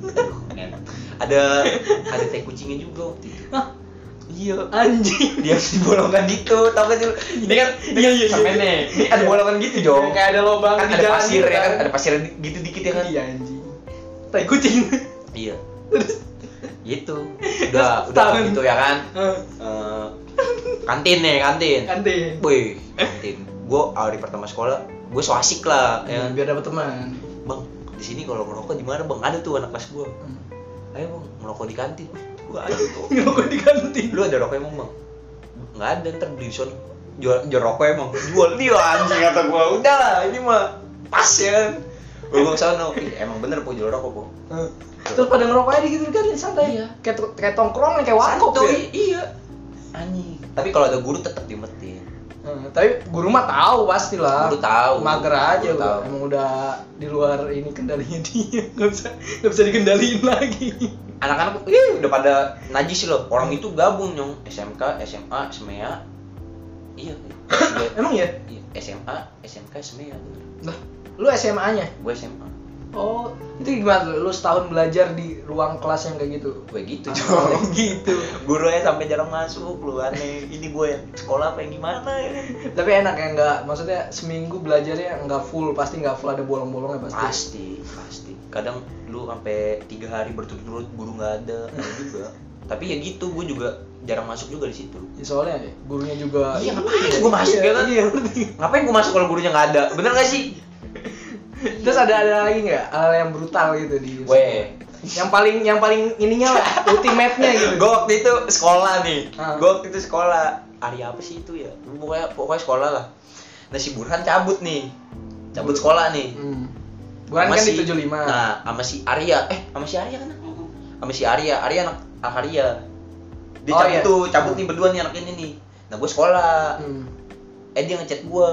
ada ada tai kucingnya juga waktu itu. Hah? Iya. Anjing. Dia dibolongkan gitu, tau gak sih lu? Ini kan ini Iya, kan iya, iya. semennya. Ini ada bolongan gitu dong. Kayak ada lubang Kan di ada jalan pasir gitu ya kan, ada pasir gitu dikit ya kan. Iya anjing. Tai kucing. Iya. Gitu. Udah, udah Setahun. gitu ya kan. Heeh. Eh, Kantin nih, kantin. Kantin. Wih, kantin. Gue hari pertama sekolah, gue so asik lah, ya. Biar dapat teman. Bang, di sini kalau ngerokok di mana bang? Ada tuh anak kelas gue. Hmm. Ayo bang, ngerokok di kantin. Gue ada tuh. Ngerokok di kantin. Lu ada rokok emang bang? Nggak ada, ntar beli di sono. Jual, jual rokok emang. Jual dia anjing kata gue. Udah lah, ini mah pas ya. Gue bilang sana, emang bener po jual rokok po. Terus pada ngerokok aja gitu kan santai. Iya. Kayak kayak tongkrong kayak warkop ya. Santuy, iya. Anjing. Tapi kalau ada guru tetap dimetin. Hmm, tapi guru mah tahu pastilah. Guru tahu. Mager aja Guru lu. tahu. Emang udah di luar ini kendalinya dia. Enggak bisa enggak bisa dikendaliin lagi. Anak-anak ih, udah pada najis loh. Orang itu gabung nyong S M K, S M A, S M E A. Iya. Emang ya? Iya, S M A, S M K, S M E A bener. Lah, lu S M A-nya? Gue S M A. Oh, itu gimana tuh? Lu setahun belajar di ruang kelas yang kayak gitu? Gue gitu, Oh, coy. gitu. Gurunya sampai jarang masuk, lu aneh. Ini gue yang sekolah apa yang gimana ya? Tapi enak ya, nggak, maksudnya seminggu belajarnya nggak full, pasti nggak full, ada bolong-bolongnya pasti. Pasti, pasti. Kadang lu sampai tiga hari berturut-turut guru nggak ada, ada juga. Tapi ya gitu, gue juga jarang masuk juga di situ. Ya, soalnya gurunya juga. Iya, ngapain gue masuk iya, ya kan? Iya, ngerti. Ngapain gue masuk kalau gurunya nggak ada? Bener nggak sih? Terus ada ada lagi nggak hal yang brutal gitu di Weh. yang paling yang paling ininya lah, ultimate-nya gitu. Gue waktu itu sekolah nih. Ah. Gue waktu itu sekolah. Hari apa sih itu ya? Pokoknya pokoknya sekolah lah. Nah si Burhan cabut nih. Cabut sekolah nih. Hmm. Bukan Sama kan si- di tujuh puluh lima. Nah, sama si Arya. Eh, sama si Arya kan? Sama si Arya. Arya anak anak Arya. Dia Oh, cabut iya. tuh, cabut nih berdua nih anak ini nih. Nah, gue sekolah. Hmm. Eh dia ngechat gue.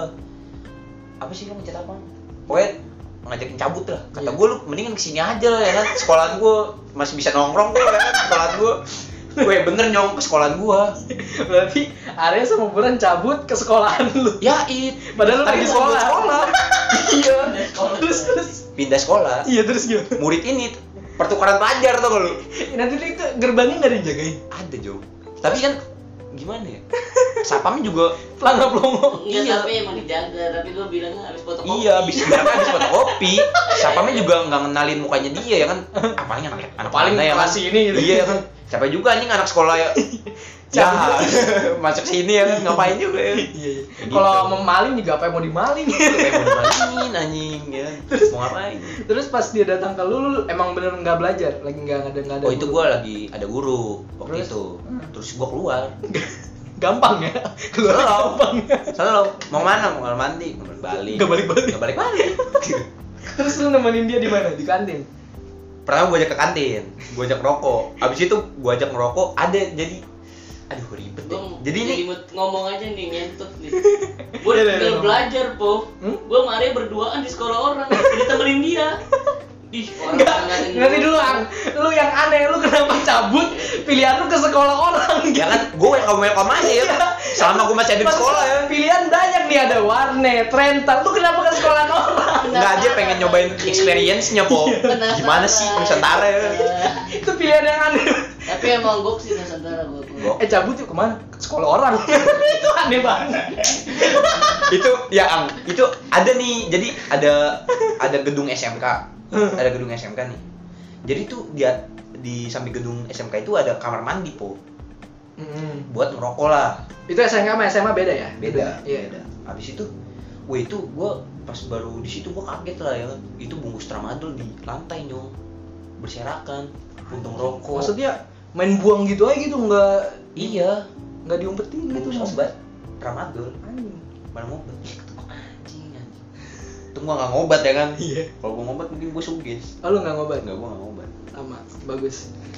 Apa sih lu ngechat apa? Pokoknya ngajakin cabut lah. Kata Iya. gue lu mendingan kesini aja lah ya kan. Sekolahan gue masih bisa nongkrong kok ya kan sekolahan gue. Gue bener nyong ke sekolahan gue. Berarti Arya sama Buran cabut ke sekolahan lu. Ya it. Padahal lu Tapi lagi gua sekolah. sekolah. Iya. Terus terus. Pindah sekolah. Iya terus gimana? Murid ini pertukaran pelajar tuh lu. Nanti itu gerbangnya nggak dijagain. Ada Jo. Tapi kan gimana ya? Sapamnya juga Pelangga pelongo. Enggak, Iya. tapi emang dijaga, tapi gue bilangnya habis fotokopi. iya, habis mereka habis fotokopi. Sapamnya juga nggak ngenalin mukanya dia ya kan. Apalagi anak anak Paling mana ya kan. kelas ini gitu. Iya kan. Siapa juga anjing anak sekolah ya. Ya, masuk sini ya kan ngapain juga ya. Iya. iya. Gitu. Kalau mau maling juga apa yang mau dimaling? Kayak mau dimalingin anjing ya. Mau ngapain? Terus pas dia datang ke lu, lu emang bener nggak belajar, lagi nggak ada nggak ada. Oh itu guru. gue lagi ada guru waktu Terus? itu. Hmm. Terus gue keluar. Gampang ya, keluar Halo. gampang. Sana lo mau mana? Mau kamar mandi? Mau balik. Nggak balik-balik. Nggak balik-balik. Terus lu nemenin dia di mana? Di kantin. Pertama gue ajak ke kantin, gue ajak ngerokok. Abis itu gue ajak ngerokok, ada jadi, aduh ribet deh. Gue Jadi ini mood ngomong aja nih, ngentut nih. Gue Iya, iya, tinggal iya. belajar, Po. Hmm? Gue sama Arya berduaan di sekolah orang, ditemenin dia. Ih, orang Enggak, ngeliatin nanti gua. dulu Ang. Lu yang aneh, lu kenapa cabut pilihan lu ke sekolah orang gitu? ya kan, gue welcome welcome aja ya. Selama gue masih ada di sekolah ya. Pilihan banyak nih, ada warnet, rental. Lu kenapa ke sekolah orang? Nggak aja pengen nyobain experience-nya po. Penasaran. Gimana sih Nusantara ya? Itu pilihan yang aneh. Tapi emang gok sih Nusantara gua. Gok. Eh cabut yuk kemana? Ke sekolah orang. Itu aneh banget. Itu ya Ang, itu ada nih. Jadi ada ada gedung S M K. Ada gedung S M K nih. Jadi tuh dia di samping gedung S M K itu ada kamar mandi po. Mm-hmm. Buat ngerokok lah. Itu S M K sama S M A beda ya? Beda. Iya. Beda. Habis itu, wah itu gue pas baru di situ gue kaget lah ya. Itu bungkus tramadol di lantai nyong, berserakan, puntung rokok. Maksudnya main buang gitu aja gitu, nggak Iya. nggak diumpetin gitu Bungkus maksudnya. obat, tramadol, Anjing. mana ngobat? Anjing anjing. Itu gue nggak ngobat ya kan? Iya. Kalau gue ngobat mungkin gue suges. Oh lu nggak ngobat? Enggak, gue nggak ngobat. Sama, bagus.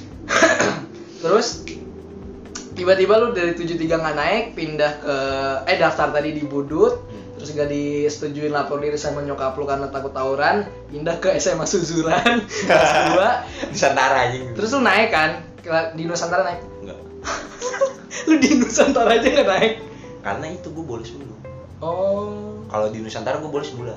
Terus tiba-tiba lu dari tujuh puluh tiga nggak naik, pindah ke eh daftar tadi di Budut, Hmm. terus nggak disetujuin lapor diri sama nyokap lu karena takut tawuran, pindah ke S M A Suzuran kelas dua. Nusantara anjing. Terus lu naik kan? Ke- Di Nusantara naik. Enggak. Lu di Nusantara aja nggak naik. Karena itu gue bolos dulu. Oh. Kalau di Nusantara gue bolos sebulan.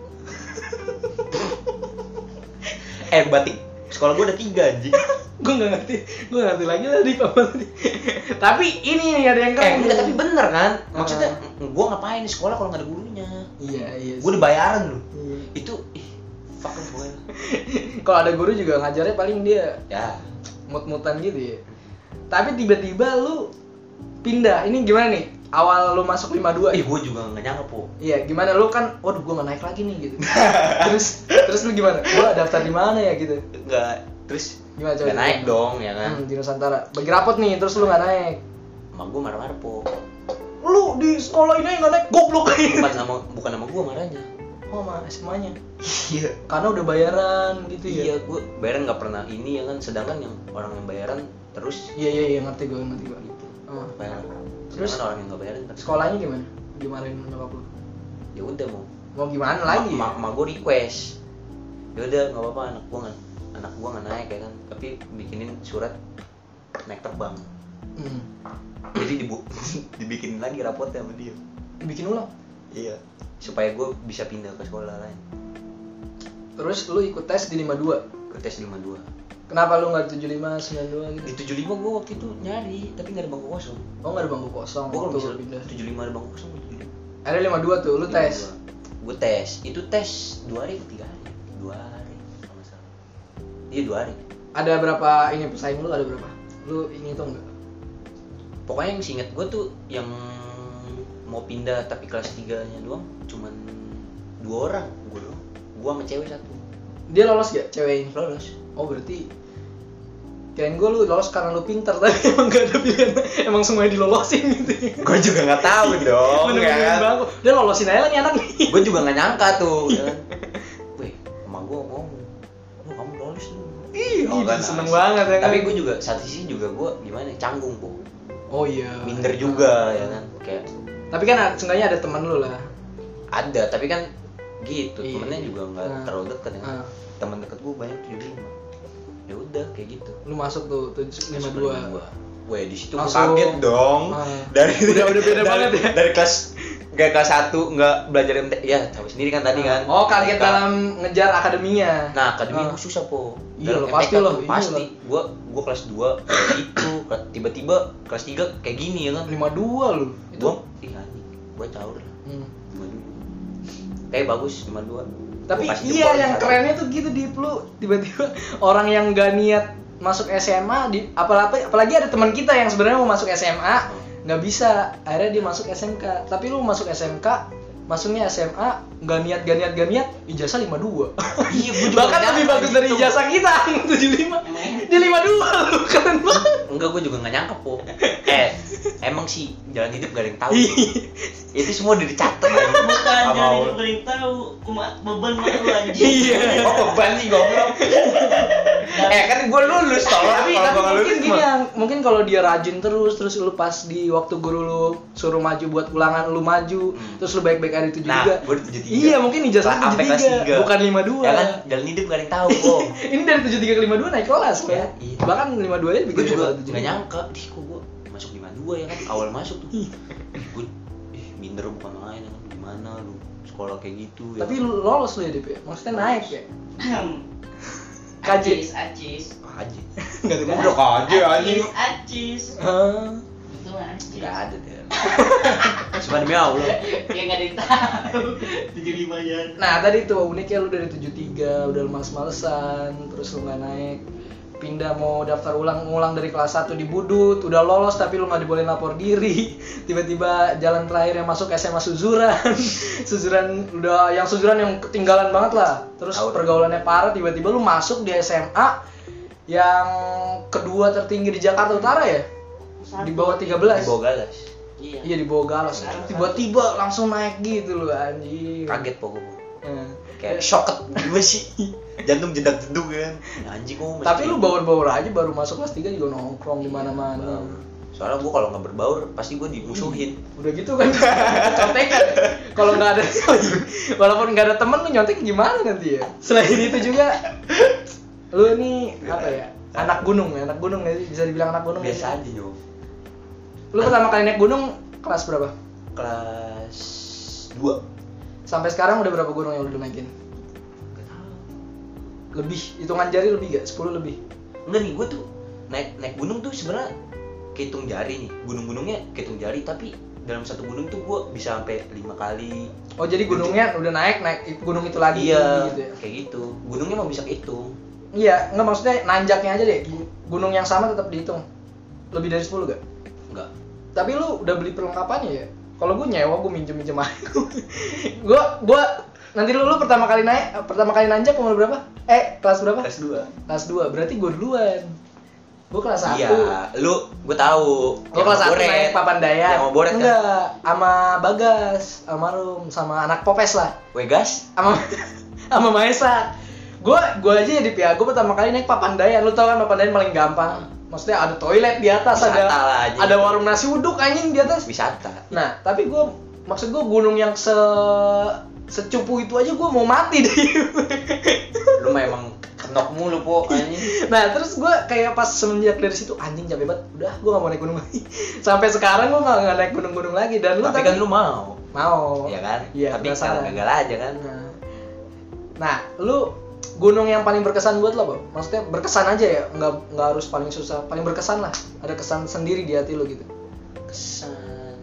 eh batik sekolah gue ada tiga anjing. Gue nggak ngerti, gue nggak ngerti lagi lah di apa tadi. Tapi ini nih ada yang Eh keren. enggak, tapi bener kan? Maksudnya Ah. gue ngapain di sekolah kalau nggak ada gurunya? Iya iya. Gue dibayaran loh. Iya. Itu ih fuck lu pokoknya. Kalau ada guru juga ngajarnya paling dia Ya. mut-mutan gitu ya. Tapi tiba-tiba lu pindah. Ini gimana nih? Awal lu masuk lima dua. Ih, gue juga nggak nyangka po. Iya, gimana lu kan? Waduh, gua nggak naik lagi nih gitu. terus terus lu gimana? Gua daftar di mana ya gitu? Nggak, terus Gimana coba? nggak naik dong ya kan? Hmm, di Nusantara. Bagi rapot nih, terus lu nggak naik. Emak gue marah-marah po. Lu di sekolah ini nggak naik, goblok. Bukan nama bukan nama gue marahnya. Oh, sama S M A-nya. Iya. Karena udah bayaran gitu ya. Iya, gue bayaran nggak pernah ini ya kan, sedangkan yang orang yang bayaran terus Iya iya iya ngerti gue ngerti gue. gitu. Oh. Bayaran. Terus? Sedangkan orang yang nggak bayaran terus. Sekolahnya gimana? Dimarahin nyokap lu? Ya udah mau. Mau gimana lagi? Ma, ma, ma gue request. Ya udah nggak apa-apa, anak gue nggak anak gue nggak naik ya kan, tapi bikinin surat naik terbang. Hmm. Jadi dibu dibikinin lagi rapotnya sama dia. Bikin ulang. Iya. Supaya gue bisa pindah ke sekolah lain. Terus lu ikut tes di lima dua. Ke tes lima dua. Kenapa lu nggak tujuh lima sembilan dua gitu? Di tujuh lima gue waktu itu nyari, tapi nggak ada bangku kosong. Oh nggak ada bangku kosong. Gue kalau waktu bisa pindah. tujuh lima ada bangku kosong, tujuh lima. Ada lima dua tuh, lu tes. Gue tes. Itu tes dua hari ke tiga hari. Dua hari kalau nggak salah. Iya dua hari. Ada berapa ini pesaing lu ada berapa? Lu ini tuh enggak? Pokoknya yang seinget gue tuh yang mau pindah tapi kelas tiga nya doang cuman dua orang, gue doang. Gue sama cewek satu. Dia lolos gak cewek ini? Lolos. Oh berarti kirain gue lu lolos karena lu pintar tapi emang gak ada pilihan, emang semuanya dilolosin gitu. Gue juga nggak tahu dong. Bener-bener kan? bangku. Dia lolosin aja lah nih anak nih. Gue juga nggak nyangka tuh. Ya kan? Wih, emak gue ngomong, lu kamu lolos lu. Ih, Oh, kan, seneng asik. banget ya kan. Tapi gue juga satu sisi juga gue gimana ya, canggung po. Oh iya. Minder juga ya kan, kayak Tapi kan seenggaknya ada teman lu lah. ada tapi kan gitu, Iya. temennya juga nggak Nah. terlalu dekat ya. Nah. Teman dekat gue banyak tujuh lima. Ya udah kayak gitu. Lu masuk tuh tujuh lima dua. Wah di situ gue Langsung- kaget dong. Ah. Dari Udah- udah beda dari- banget ya. Dari kelas nggak kelas satu nggak belajar M T, ya tahu sendiri kan tadi kan. Oh, kaget Nah, dalam ngejar akademinya. Nah, akademi Ah. gue susah po. Iya Dalam loh, pasti M T K loh, tuh iya pasti. Gue gue kelas dua itu tiba-tiba kelas tiga kayak gini ya kan. lima dua lu. Itu. Gue iya anjing, gue caur lah. Hmm. lima dua. Kayak bagus lima dua. Tapi iya yang kerennya tuh gitu di lu tiba-tiba orang yang gak niat masuk S M A di apalagi apalagi ada teman kita yang sebenarnya mau masuk S M A nggak bisa, akhirnya dia masuk S M K. Tapi lu masuk S M K masuknya S M A nggak niat gak niat gak niat ijazah lima dua. Iya, gua juga Bahkan nggak lebih nyangka bagus dari gitu. ijazah kita yang tujuh lima. Dia lima dua lu keren banget. Enggak, gue juga nggak nyangka po. Eh, emang sih jalan hidup gak ada yang tahu. Itu semua udah dicatat. Bukan Sama jadi Allah. paling tahu umat beban mak lu anjing. Iya. Oh beban sih goblok. Eh kan gue lulus tolong. tapi Kalau tapi gua nggak mungkin lulus gini mah. yang mungkin kalau dia rajin terus terus lu pas di waktu guru lu suruh maju buat ulangan lu maju Hmm. terus lu baik-baik ada tujuh Nah, tiga. gue di tujuh tiga. Iya mungkin ijazah Lah, tujuh sampai kelas tiga tiga. bukan lima dua. Ya kan jalan hidup gak ada yang tahu kok. Ini dari tujuh tiga ke lima dua naik kelas Ya, ya. iya. Bahkan lima dua nya Gue bikin juga tujuh nggak nyangka. Ih kok gue masuk lima dua ya kan awal masuk tuh. Gue ih minder bukan main ya kan, gimana lu sekolah kayak gitu ya. Tapi lu lolos lu ya Dip ya? Maksudnya naik ya? K J. Acis, acis. aja. Enggak ada Goblok aja anjing. Acis, acis. Ah. Itu mah acis. Enggak ada deh. Cuma demi Allah. Ya nggak ada yang tahu. tujuh lima ya. Nah tadi tuh uniknya lu dari tujuh tiga udah males-malesan terus lu nggak naik pindah mau daftar ulang ngulang dari kelas satu di Budut udah lolos tapi lu nggak dibolehin lapor diri tiba-tiba jalan terakhir yang masuk S M A Suzuran Suzuran udah yang Suzuran yang ketinggalan banget lah terus Tahu. pergaulannya parah tiba-tiba lu masuk di S M A yang kedua tertinggi di Jakarta Utara ya di bawah tiga belas Di bawah galas. Iya. iya di bawah Galas tiba-tiba langsung naik gitu lu anjing Kaget pokoknya. Eh. Kayak shocket gue sih. Jantung jedak jeduk kan. Ya, anjing kok mesti- Tapi lu baur-baur aja baru masuk kelas tiga juga nongkrong di mana-mana. Soalnya gue kalau nggak berbaur pasti gue dimusuhin. Udah gitu kan contekan. Kalau nggak ada walaupun nggak ada temen lu nyontek gimana nanti ya? Selain itu juga lu nih apa ya? Anak gunung ya, anak gunung nggak sih? Bisa dibilang anak gunung nggak Biasa sih? aja yo. Lu pertama kali naik gunung kelas berapa? Kelas dua. Sampai sekarang udah berapa gunung yang lu udah naikin? Gak tahu. Lebih, hitungan jari lebih gak? sepuluh lebih? Enggak nih, gue tuh naik naik gunung tuh sebenarnya kehitung jari nih. Gunung-gunungnya kehitung jari, tapi dalam satu gunung tuh gue bisa sampai lima kali. Oh jadi gunungnya udah naik, naik gunung itu lagi Iya, gitu ya? kayak gitu. Gunungnya mau bisa kehitung. Iya, nggak maksudnya nanjaknya aja deh. Gunung yang sama tetap dihitung. Lebih dari sepuluh gak? Enggak. Tapi lu udah beli perlengkapannya ya? Kalau gue nyewa, gue minjem-minjem aja. Gue gue nanti lu, lu pertama kali naik, pertama kali nanjak umur berapa? Eh, kelas berapa? Kelas dua. Kelas dua, berarti gue duluan. Gue kelas satu. Iya, lu gue tahu. Gue kelas satu naik Papandayan. Yang mau boret kan? Enggak, sama Bagas, almarhum, sama anak Popes lah. Wegas? Sama sama Maesa. Gue gue aja di pihak gue pertama kali naik Papandayan. Lu tau kan Papandayan paling gampang. Maksudnya ada toilet di atas, Wisata ada lah, anjing. ada warung nasi uduk anjing di atas. Wisata. Nah, tapi gue maksud gue gunung yang se secupu itu aja gue mau mati deh. Lu memang kenok mulu po anjing. Nah, terus gue kayak pas semenjak dari situ anjing capek banget. Udah, gue gak mau naik gunung lagi. Sampai sekarang gue gak, gak naik gunung-gunung lagi. Dan lu Tapi kan lu mau. mau. Iya kan? Iya, Tapi penasaran. kalau gagal aja kan. Nah, nah, lu gunung yang paling berkesan buat lo, Bang? Maksudnya berkesan aja ya, nggak nggak harus paling susah, paling berkesan lah. Ada kesan sendiri di hati lo gitu. Kesan.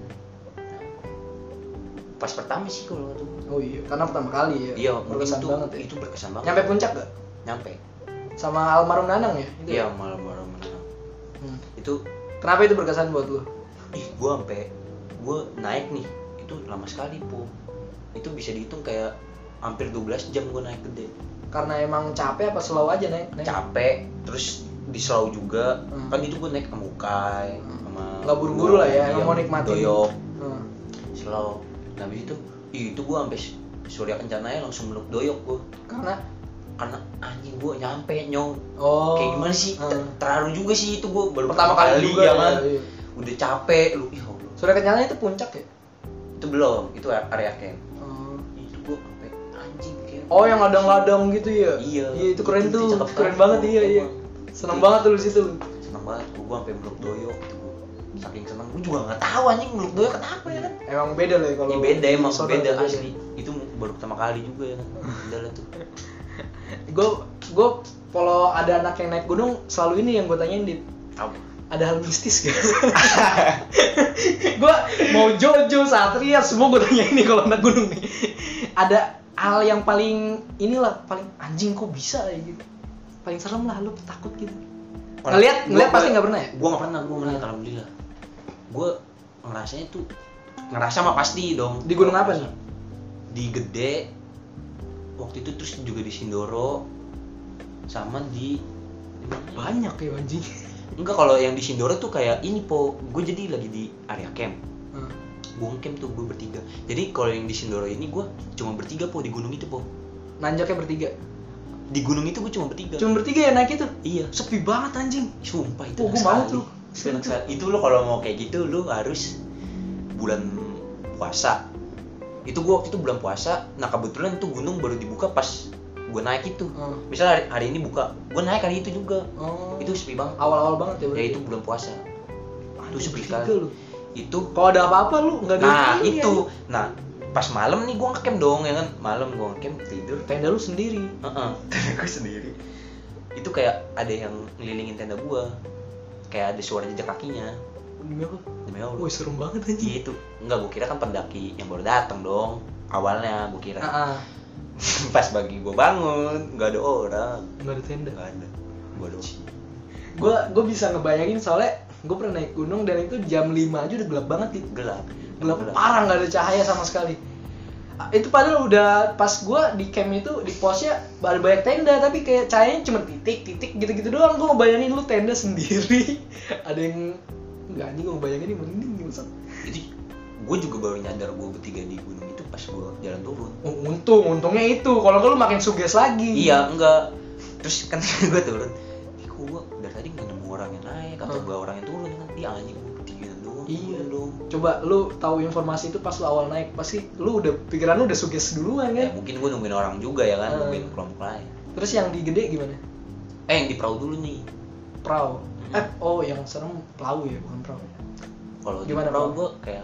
Pas pertama sih kalau tuh. Oh iya, karena pertama kali ya. Iya, mungkin berkesan itu banget ya. itu berkesan banget. Nyampe puncak gak? Nyampe. Sama almarhum Nanang ya? Itu Iya, ya? malam-malam menang. Hmm. Itu Kenapa itu berkesan buat lo? ih gua sampai gua naik nih. Itu lama sekali, Po. Itu bisa dihitung kayak hampir dua belas jam gua naik gede. Karena emang capek apa slow aja naik? naik? Capek, terus di slow juga. Hmm. Kan itu gua naik sama Ukai, Hmm. sama Nggak buru-buru lah ya, iya, emang mau nikmatin. Doyok, Hmm. slow. Nah, habis itu ih, itu gua sampai Surya Kencananya langsung meluk Doyok gua. Karena Karena anjing gua nyampe nyong. oh Kayak gimana sih? hmm. Ter- Terharu juga sih itu gua baru Pertama kali juga ya ya, kan. iya. Udah capek lu. Ya Allah. Surya Kencana itu puncak ya? Itu belum, itu area camp. Oh. Itu gua sampai anjing kayak. Oh, yang ladang-ladang gitu ya? Iya. Iya, itu keren Itu tuh. cakep Keren banget banget tuh, iya, iya. emang. Seneng banget tuh di situ. Seneng banget, gua, gua sampai meluk Doyok itu gua. Saking seneng, gua juga nggak tahu anjing meluk Doyok kenapa ya kan? Emang beda lah ya kalau Ya beda emang sono beda tuh asli. Itu baru pertama kali juga ya kan. Udah lah tuh. Gue gue kalau ada anak yang naik gunung selalu ini yang gue tanyain di Apa? ada hal mistis gak? Gue mau Jojo, Satria semua gue tanya ini kalau naik gunung nih. Ada hal yang paling inilah paling anjing kok bisa ya gitu. Paling serem lah lu takut gitu. Ngeliat ngeliat Gua- pasti gua- nggak pernah ya? Gua nggak pernah, gua ngeliat alhamdulillah. Gua ngerasanya tuh ngerasa mah pasti dong. Di gunung apa nih? Di Gede. Waktu itu terus juga di Sindoro sama di di mana? Banyak ya anjing. Enggak, kalau yang di Sindoro tuh kayak ini po, gue jadi lagi di area camp. Hmm. Gue camp tuh gue bertiga. Jadi kalau yang di Sindoro ini gue cuma bertiga po di gunung itu po. Nanjaknya bertiga. Di gunung itu gue cuma bertiga. Cuma bertiga ya naik itu. Iya. Sepi banget anjing. Sumpah itu. Oh, enak gua mau sekali. tuh. Itu enak sekali. Itu lo kalau mau kayak gitu lo harus bulan puasa. Itu gue waktu itu bulan puasa. Nah kebetulan tuh gunung baru dibuka pas gue naik itu. Oh. Misalnya hari, hari ini buka, gue naik hari itu juga. Oh. Itu sepi banget. Awal-awal banget ya Ya berarti. itu bulan puasa. Itu sepi bertiga sekali. lu. Itu Kalau ada apa-apa lu nggak ada. nah ini, itu. ya. Nah pas malam nih gue ngecamp dong ya kan. Malam gue ngecamp tidur. Tenda lu sendiri. Heeh. Tenda gue sendiri. Itu kayak ada yang ngelilingin tenda gue. Kayak ada suara jejak kakinya. Demi apa? Demi Allah. Wih serem banget anjing. Iya itu. Enggak, gue kira kan pendaki yang baru datang dong. Awalnya gue kira. Ah, ah. Pas pagi gue bangun, nggak ada orang. Nggak ada tenda. Nggak ada. Gue doang. Gue gue bisa ngebayangin soalnya gue pernah naik gunung dan itu jam lima aja udah gelap banget gitu. Gelap. Gelap parah, nggak ada cahaya sama sekali. Ah, itu padahal udah pas gue di camp itu di posnya ada banyak tenda tapi kayak cahayanya cuma titik-titik gitu-gitu doang. Gue ngebayangin lu tenda sendiri. Ada yang nggak anjing, gue ngebayangin ini mending gimana? Itu gue juga baru nyadar gue bertiga di gunung itu pas gue jalan turun. Oh, untung, untungnya itu. Kalau nggak lu makin suges lagi. Iya, enggak. Terus kan gue turun. Ih, kok gue dari tadi nggak nemu orang yang naik atau Hmm. gue orang yang turun kan? Iya anjing gue bertiga doang. Iya dong. Coba lu tahu informasi itu pas lu awal naik, pasti lu udah pikiran lu udah suges duluan Ya kan. mungkin gue nungguin orang juga ya kan, Hmm. nungguin kelompok lain. Terus yang di gede gimana? Eh yang di perahu dulu nih. Perahu. Hmm. Eh, oh yang serem pelaut ya, bukan perahu. Kalau di Gimana, perahu Bang? gue kayak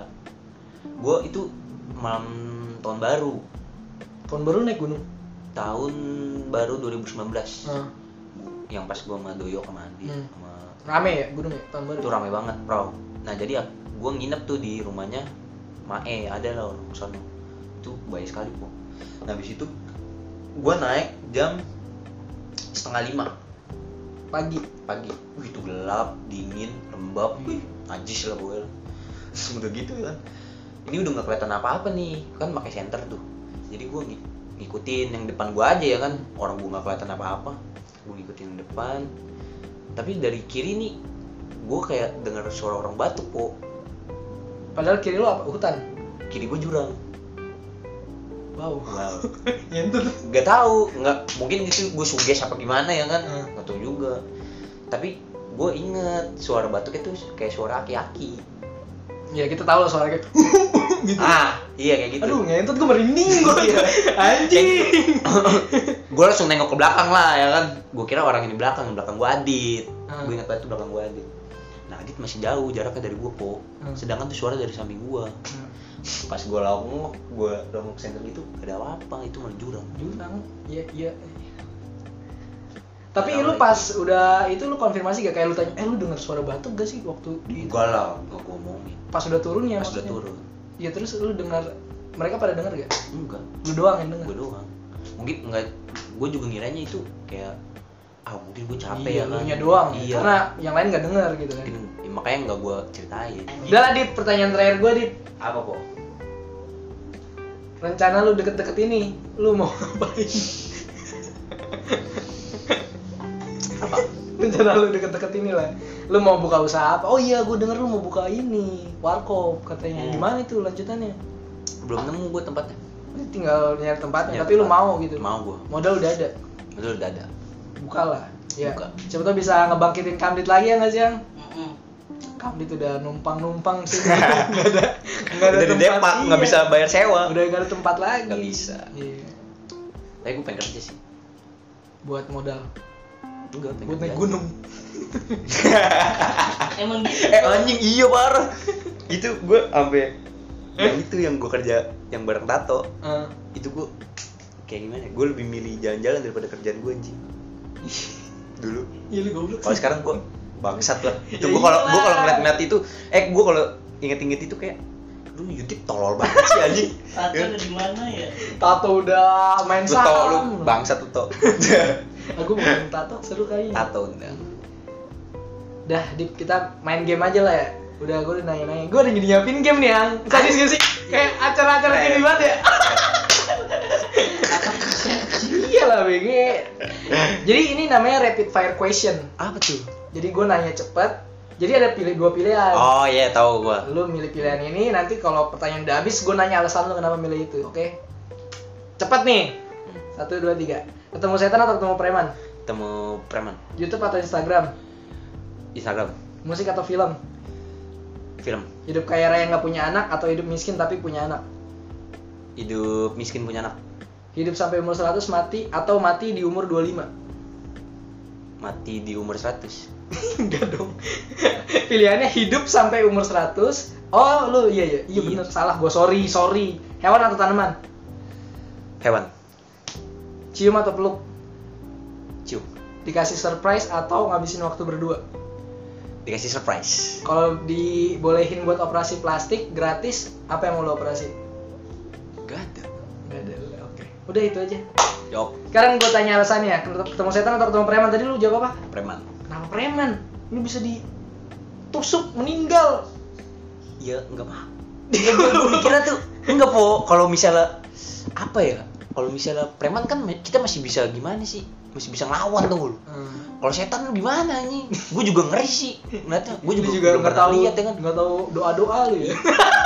gue itu malam tahun baru. Tahun baru naik gunung. Tahun baru dua ribu sembilan belas. Nah, Yang pas gue sama Doyok sama Andi Hmm. sama rame ya gunung ya tahun baru. itu rame banget perahu. Nah jadi gue nginep tuh di rumahnya Mae, ada lah orang sono. Itu baik sekali po. Nah habis itu gue naik jam setengah lima Pagi. pagi. Wih itu gelap, dingin, lembab, wih najis lah gue. Terus udah gitu kan, ini udah nggak kelihatan apa-apa nih, kan pakai senter tuh. Jadi gue ng- ngikutin yang depan gue aja ya kan, orang gue nggak kelihatan apa-apa, gue ngikutin yang depan. Tapi dari kiri nih, gue kayak dengar suara orang batuk po. Padahal kiri lu apa? Hutan. Kiri gue jurang. Wow. Wow. Nyentut. Gak tahu, nggak mungkin itu gue suges apa gimana ya kan, Hmm. nggak tahu juga. Tapi gue inget suara batuknya tuh kayak suara aki-aki. Ya kita tahu lah suara kayak gitu. Ah, iya kayak gitu. Aduh, ngentut gue merinding gue. Anjing. Gue langsung nengok ke belakang lah ya kan. Gue kira orang ini belakang, belakang gue Adit. Hmm. Gue ingat banget tuh belakang gue Adit. Nah Adit masih jauh jaraknya dari gue po. Hmm. Sedangkan tuh suara dari samping gue. Hmm. Pas gue longok, gue longok senter gitu, gak ada apa-apa, itu malah jurang. Jurang. Iya, iya. Tapi Tahu lu lagi. pas udah itu lu konfirmasi gak kayak lu tanya, "Eh lu dengar suara batuk gak sih waktu di itu?" Enggak lah, gak gue omongin. Pas udah turun ya Pas udah maksudnya? turun. Iya, terus lu dengar mereka pada dengar gak? Enggak. Lu doang yang dengar. Gue doang. Mungkin enggak, gue juga ngiranya itu kayak ah mungkin gue capek Iya, ya kan. lu nya doang. Iya. Karena yang lain gak dengar gitu kan. Mungkin, ya, makanya enggak gue ceritain. Udah lah, Dit, pertanyaan terakhir gue, Dit. Apa kok? Rencana lu deket-deket ini, lu mau ngapain? Apa? Rencana lu deket-deket ini lah. Lu mau buka usaha apa? Oh iya, gue denger lu mau buka ini, warkop katanya. Hmm. Gimana itu lanjutannya? Belum nemu gue tempatnya. Tinggal nyari tempatnya, Nyari tapi lu tempat. mau gitu. Mau gue. Modal udah ada. Betul udah ada. Buka lah. Ya. Buka. Siapa tau bisa ngebangkitin Kamdit lagi ya nggak sih, Yang? Mm-mm. Kamdit udah numpang-numpang sih. Nggak ada. Nggak ada Udah di tempat. Depak, nggak Iya. bisa bayar sewa. Udah nggak ada tempat lagi. Nggak bisa. Iya. Tapi gue pengen kerja sih. Buat modal. Enggak, pengen Buat naik kerja. gunung. Emang gitu. Eh anjing iya parah. Itu gue sampai yang itu yang gue kerja yang bareng Tato. Eh. Itu gue kayak gimana? ya? Gue lebih milih jalan-jalan daripada kerjaan gue anjing. Dulu. Iya lu goblok. Kalau sekarang gue bangsat lah. Itu Ya gue kalau iyalah. gue kalau ngeliat-ngeliat itu, eh gue kalau inget-inget itu kayak, lu Yudit tolol banget sih anjing. Tato ada di mana ya? Tato udah main Lu tau lu saham. bangsat lu tau. Aku mau main tato seru kayaknya. Tato undang. Dah, Dip, kita main game aja lah ya. Udah, gue udah nanya-nanya. Gue udah nyiapin game nih, Yang. Sadis gak sih? Kayak acara-acara Keren. gini banget ya. Iya lah, B G. Jadi ini namanya rapid fire question. Apa tuh? Jadi gue nanya cepet. Jadi ada pilih dua pilihan. Oh iya tahu gue. Lu milih pilihan ini, nanti kalau pertanyaan udah habis, gue nanya alasan lu kenapa milih itu, oke? Cepet nih. Satu, dua, tiga. Ketemu setan atau ketemu preman? Temu preman. YouTube atau Instagram? Instagram. Musik atau film? Film. Hidup kaya raya nggak punya anak atau hidup miskin tapi punya anak? Hidup miskin punya anak. Hidup sampai umur seratus mati atau mati di umur dua puluh lima? Mati di umur seratus. Enggak dong. Pilihannya hidup sampai umur seratus. Oh, lu iya iya. Iya Iya. bener, salah gua. Sorry, sorry. Hewan atau tanaman? Hewan. Cium atau peluk? Cium. Dikasih surprise atau ngabisin waktu berdua? Dikasih surprise. Kalau dibolehin buat operasi plastik gratis, apa yang mau lo operasi? Gak ada. Gak ada. Oke. Udah itu aja. Jawab. Sekarang gue tanya alasannya, ketemu setan atau ketemu preman? Tadi lu jawab apa? Preman. Kenapa preman? Lu bisa ditusuk meninggal. Iya enggak mah. Iya gue mikirnya tuh enggak po. Kalau misalnya apa ya? Kalau misalnya preman kan kita masih bisa gimana sih? Masih bisa ngelawan tuh lu. Hmm. Kalau setan lu gimana nih? Gue juga ngeri sih. Ngeliatnya. Gue juga, Lu juga belum nggak pernah tahu, lihat ya kan. nggak tahu doa doa lu ya.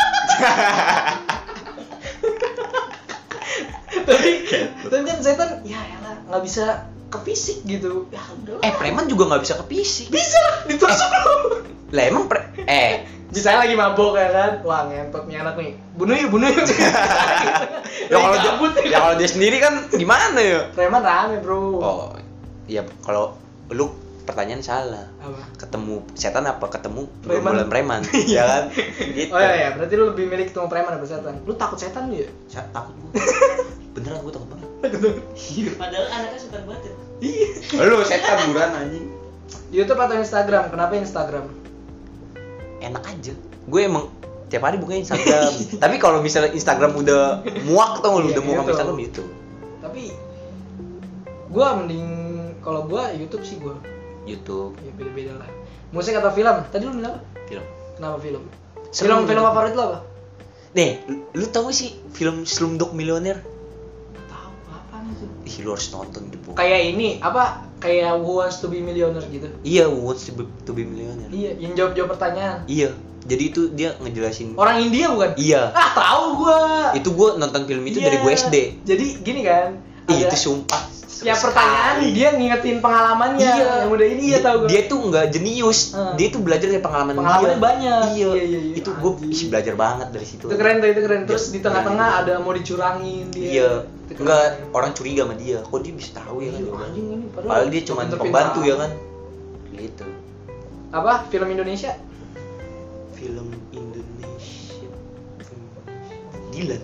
tapi tapi kan setan ya elah nggak bisa ke fisik gitu. Ya udah. Eh preman juga nggak bisa ke fisik. Bisa lah ditusuk lu. Lah emang pre eh Misalnya lagi mabok ya kan, wah ngentot nih anak nih, bunuh yuk, bunuh yuk. ya kalau dia, Cabut, ya kalau dia sendiri kan gimana ya? preman rame bro. Oh, iya kalau lu pertanyaan salah. Apa? Ketemu setan apa ketemu Preman. bulan preman, ya kan? Gitu. Oh iya, iya, berarti lu lebih milih ketemu preman apa setan? Lu takut setan lu ya? Saya takut gua. Beneran gua takut banget. Padahal anaknya setan banget ya. Iya. Lu setan buran anjing. YouTube atau Instagram? Kenapa Instagram? Enak aja. Gue emang tiap hari buka Instagram. Tapi kalau misalnya Instagram udah muak tuh lu Iya, udah muak sama gitu. Instagram itu. Tapi gua mending kalau gua YouTube sih gua. YouTube, Ya beda-beda lah. Musik atau film? Tadi lu bilang apa? film. Kenapa film? Film-film favorit lo apa? Nih, lu, lu tau gak sih film Slumdog Millionaire? Tahu apaan itu? Ih, lu harus nonton deh, Bu. Kayak ini apa? Kayak Who Wants to be Millionaire gitu. Iya, Who Wants to be, to be Millionaire. Iya, yang jawab-jawab pertanyaan. Iya. Jadi itu dia ngejelasin. Orang India bukan? Iya. Ah, tahu gua. Itu gua nonton film itu Iya. dari gua S D. Jadi gini kan. Ih, ada- itu sumpah. Ya pertanyaan Sekali. dia ngingetin pengalamannya. Iya. Yang udah ini ya tahu gua. Dia tuh nggak jenius. Hmm. Dia tuh belajar dari pengalaman Pengalamannya dia. banyak. Iya. Iya, iya, iya. Itu gua Anjing. ih, belajar banget dari situ. Itu keren tuh, itu keren. Terus Iya. di tengah-tengah ada mau dicurangin dia. Iya. Itu keren. Enggak, orang curiga sama dia. Kok dia bisa tahu ya kan? Iya, jawabannya? anjing ini Padahal dia cuma pinter-pinter pembantu ya amat. kan. Gitu. Apa? Film Indonesia? Film Indonesia. Film Indonesia. Dilan.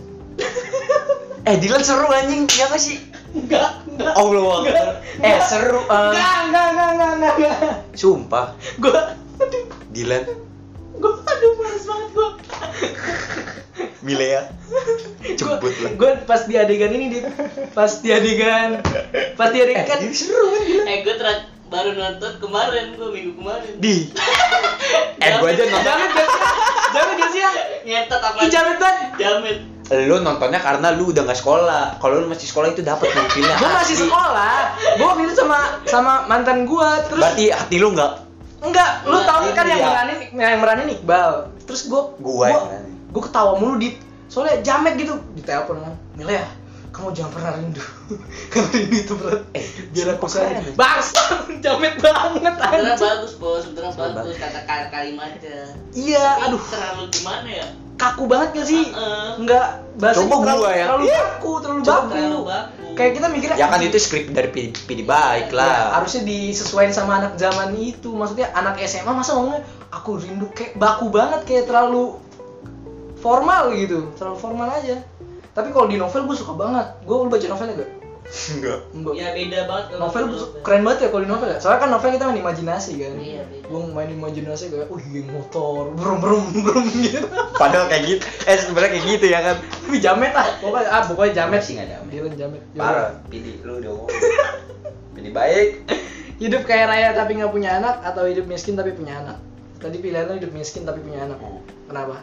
eh, Dilan seru anjing, ya nggak sih? Enggak, enggak. Allah. Eh, seru. eh. Enggak, enggak, enggak, enggak, enggak, enggak. Sumpah, Gua aduh, Dilan, gua aduh males banget gua. Milea. Jemput lah. Gue pas di adegan ini dia pas di adegan pas di adegan kan seru kan gila. Eh gue ter- baru nonton kemarin, gue minggu kemarin. Di. eh, gua aja nonton. Jamet gak sih? Jamet gak sih? Nyetet apa? Ih, jamet banget. Jamet. Lu nontonnya karena lu udah nggak sekolah. Kalau lu masih sekolah itu dapat nih filmnya. Gue masih asli. sekolah. Gue waktu itu sama sama mantan gue. Terus Berarti hati lu nggak? enggak, lu Enggak, tahu kan ini yang ya. meranin yang meranin Iqbal. Terus gue Gua yang meranin. gue ketawa mulu di soalnya jamet gitu di telepon kan. Milea, kamu jangan pernah rindu. Kalau rindu itu berat. Eh, Biar aku sumpah sayang. keren, ya. Bangsa, jamet banget Sebenernya anjing. bagus bos, sebenernya Sebenernya bagus kata kalimatnya. Iya, Tapi aduh. terlalu gimana ya? Kaku banget gak sih? Heeh. Enggak, bahasanya Coba terlalu, gua ya. terlalu Iya. baku, terlalu Coba baku. terlalu baku. Kayak kita mikirnya Ya kan itu skrip dari P D, P D baik ya, lah. harusnya disesuaikan sama anak zaman itu. Maksudnya anak S M A masa ngomongnya aku rindu kayak baku banget, kayak terlalu formal gitu. Terlalu formal aja. Tapi kalau di novel gue suka banget. Gue lu baca novelnya gak? Enggak. Enggak. Ya beda banget kalau Novel novel. gua- keren banget ya kalau di novel ya. Soalnya kan novel kita main imajinasi kan. Iya, beda. Gue main imajinasi kayak, wih geng motor, brum brum brum gitu. Padahal kayak gitu. Eh, sebenarnya kayak gitu ya kan. Tapi jamet lah, pokoknya ah pokoknya jamet Masih nggak jamet. Dylan jamet. Parah, P D lu udah ngomong. P D baik. Hidup kaya raya tapi nggak punya anak atau hidup miskin tapi punya anak? Tadi pilihan lu hidup miskin tapi punya anak. Hmm. Kenapa?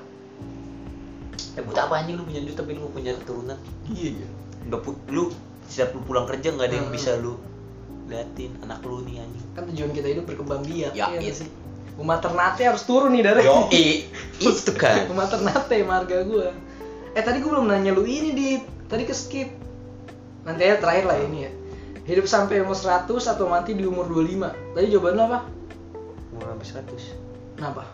Eh, buat apa anjing lu punya duit tapi lu nggak punya keturunan? Iya iya. Udah pu- lu setiap lu pulang kerja nggak ada yang Hmm. bisa lu liatin anak lu nih anjing. Kan tujuan kita hidup berkembang biak. Ya, iya iya. nggak sih. Umat ternate harus turun nih dari. Yoi, itu kan. Umat ternate marga gua. Eh tadi gua belum nanya lu ini di. Tadi ke skip. Nanti aja terakhir lah ini ya. Hidup sampai umur seratus atau mati di umur dua puluh lima? Tadi jawaban lu apa? Umur sampai seratus. Kenapa?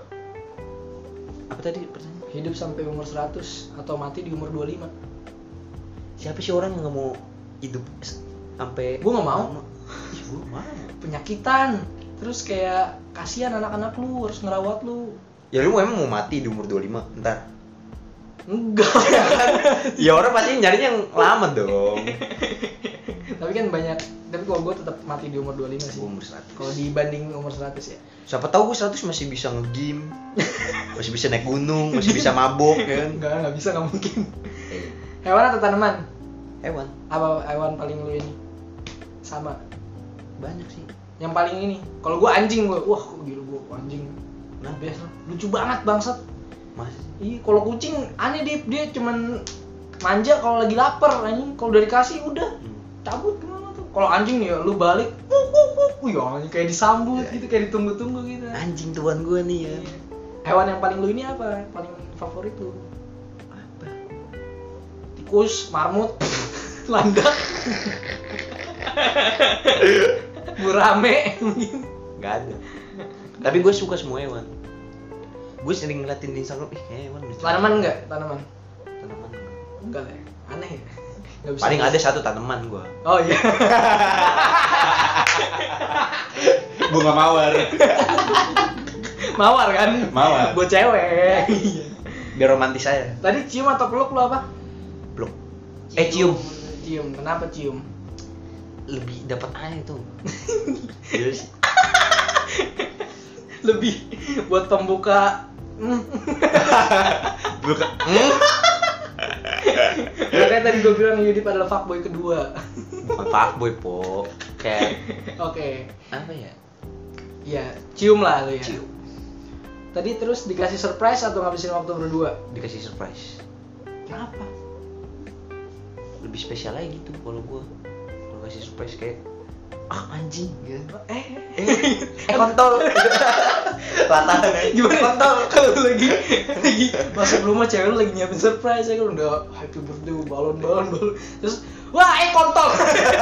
Apa tadi pertanyaan? Hidup sampai umur seratus atau mati di umur dua puluh lima? Siapa sih orang yang nggak mau hidup s- sampai Gua nggak mau. lama? Ih, gua mau. Penyakitan. Terus kayak kasihan anak-anak lu harus ngerawat lu. Ya lu emang mau mati di umur dua puluh lima? Ntar. Enggak. Ya orang pasti nyarinya yang lama dong. Tapi kan banyak. Tapi kalau gue tetap mati di umur dua puluh lima sih. Umur seratus. Kalau dibanding umur seratus ya. Siapa tahu gue seratus masih bisa nge-game. Masih bisa naik gunung, masih bisa mabok ya kan. Enggak, enggak bisa, enggak mungkin. Hewan atau tanaman? Hewan Apa hewan paling lu ini? Sama. banyak sih. Yang paling ini. Kalau gue anjing gue. Wah, gila gue anjing. Nah, Kenapa? biasa. Lucu banget bangsat. Mas. Ih, kalau kucing aneh dia dia cuman manja kalau lagi lapar anjing. Kalau udah dikasih udah Hmm. cabut kemana tuh. Kalau anjing nih ya lu balik, wuk wuk wuk, wih anjing kayak disambut Ya. gitu, kayak ditunggu-tunggu gitu. Anjing tuan gue nih ya. Iya. Hewan yang paling lu ini apa? Paling favorit lu? Apa? Tikus, marmut, landak, gurame. Gak ada. Tapi gue suka semua hewan. Gue sering ngeliatin di Instagram, ih kayak hewan lucu. Tanaman enggak? Tanaman? Tanaman enggak. Enggak ya? Aneh ya? Nggak bisa. Paling ada satu tanaman gue. Oh iya. Bunga mawar. Mawar kan? Mawar. Buat cewek. Iya. Biar romantis aja. Tadi cium atau peluk lu apa? Blok. Eh cium. Cium. Kenapa cium? Lebih dapat aja tuh. Yes. Lebih buat pembuka. Hmm. Buka. Hmm? Makanya tadi gue bilang Yudip adalah fuckboy kedua. Bukan fuckboy po. Kayak Oke. apa ya? Iya, cium lah lu ya. Cium. Tadi terus dikasih surprise atau ngabisin waktu berdua? Dikasih surprise. Kenapa? Lebih spesial aja gitu kalau gua. Kalau kasih surprise kayak ah anjing gitu. Eh, Eh, eh kontol. Latahan aja. gimana kontol kalau lagi lagi masuk rumah cewek lu lagi nyiapin surprise ya kan udah happy birthday balon balon balon terus wah eh kontol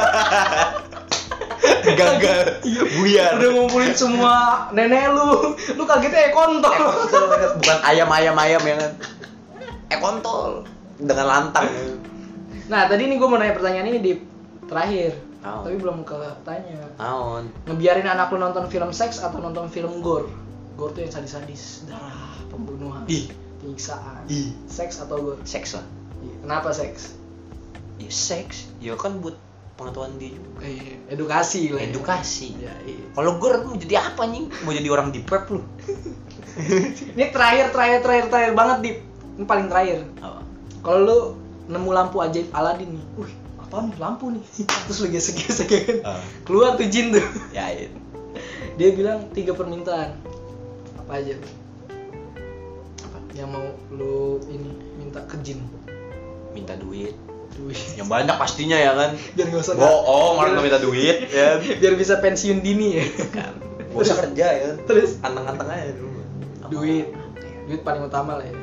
Gagal. Buyar. udah ngumpulin semua nenek lu lu kagetnya eh kontol Eh kontol bukan ayam-ayam-ayam ya kan. Eh kontol dengan lantang. nah tadi nih gue mau nanya pertanyaan ini di terakhir Oh. tapi belum ketanya Naon? ngebiarin anak lu nonton film seks atau nonton film gore gore tuh yang sadis-sadis darah pembunuhan Ih. penyiksaan Ih. seks atau gore Seks lah. Iya, kenapa seks Ya seks. Ya kan buat pengetahuan dia juga. eh, edukasi lah ya. Edukasi. ya, iya. Kalau gue mau jadi apa nih? Mau jadi orang di prep lu? Ini terakhir, terakhir, terakhir, terakhir banget Dip. Ini paling terakhir. Apa? Kalau lu nemu lampu ajaib Aladin nih, wih, apaan nih lampu nih? Terus lu gesek-gesek ya kan, Ah. keluar tuh jin tuh. Ya itu. Dia bilang tiga permintaan. Apa aja tuh? Apa? Yang mau lu ini minta ke jin. Minta duit. Duit. Yang banyak pastinya ya kan. Biar nggak usah. Bohong, orang biar, nggak minta duit ya. biar bisa pensiun dini ya. Kan. Gak usah kerja ya. Terus Anteng-anteng aja dulu. Apa- duit. apa ya? Duit paling utama lah ya.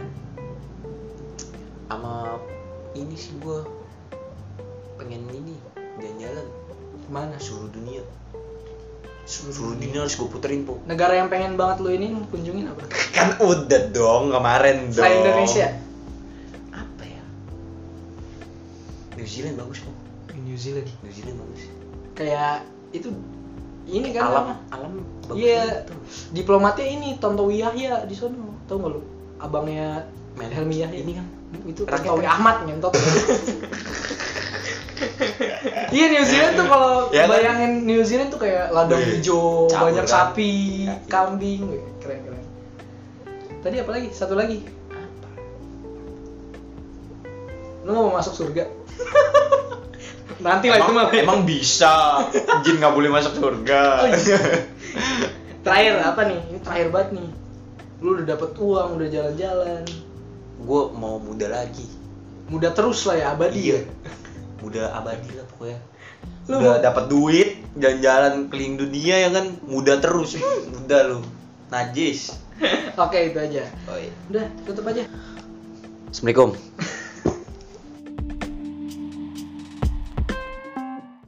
Sama ini sih gua pengen ini jalan-jalan Kemana? seluruh dunia. Seluruh dunia harus gue puterin po. Negara yang pengen banget lu ini kunjungin apa? Kan udah dong kemarin dong. Selain Indonesia. Apa ya? New Zealand bagus po. New Zealand. New Zealand bagus. Kayak itu ini kan Alam apa? alam bagus Iya, banget tuh. diplomatnya ini Tontowi Yahya di sono. Tahu enggak lu? Abangnya Men, Helmi Yahya. ini kan itu rakyat Tontowi kan? Ahmad ngentot. Iya New Zealand tuh kalau Ya kan? bayangin New Zealand tuh kayak ladang Wih, hijau, cabut banyak kan? sapi, Ya, iya. kambing, Wih, keren keren. Tadi apa lagi? Satu lagi. apa? Lu nggak mau masuk surga? Nanti lah itu Emang, mah. emang bisa. Jin nggak boleh masuk surga. Oh, iya. Terakhir apa nih? Ini terakhir banget nih. Lu udah dapet uang, udah jalan-jalan. Gue mau muda lagi. Muda terus lah ya, abadi. Iya. Ya? Muda abadi lah pokoknya. Lu Udah mau- dapat duit, jalan-jalan keliling dunia ya kan, muda terus. Muda lu. Najis. Oke, itu aja. Oh iya. Udah, tutup aja. Assalamualaikum.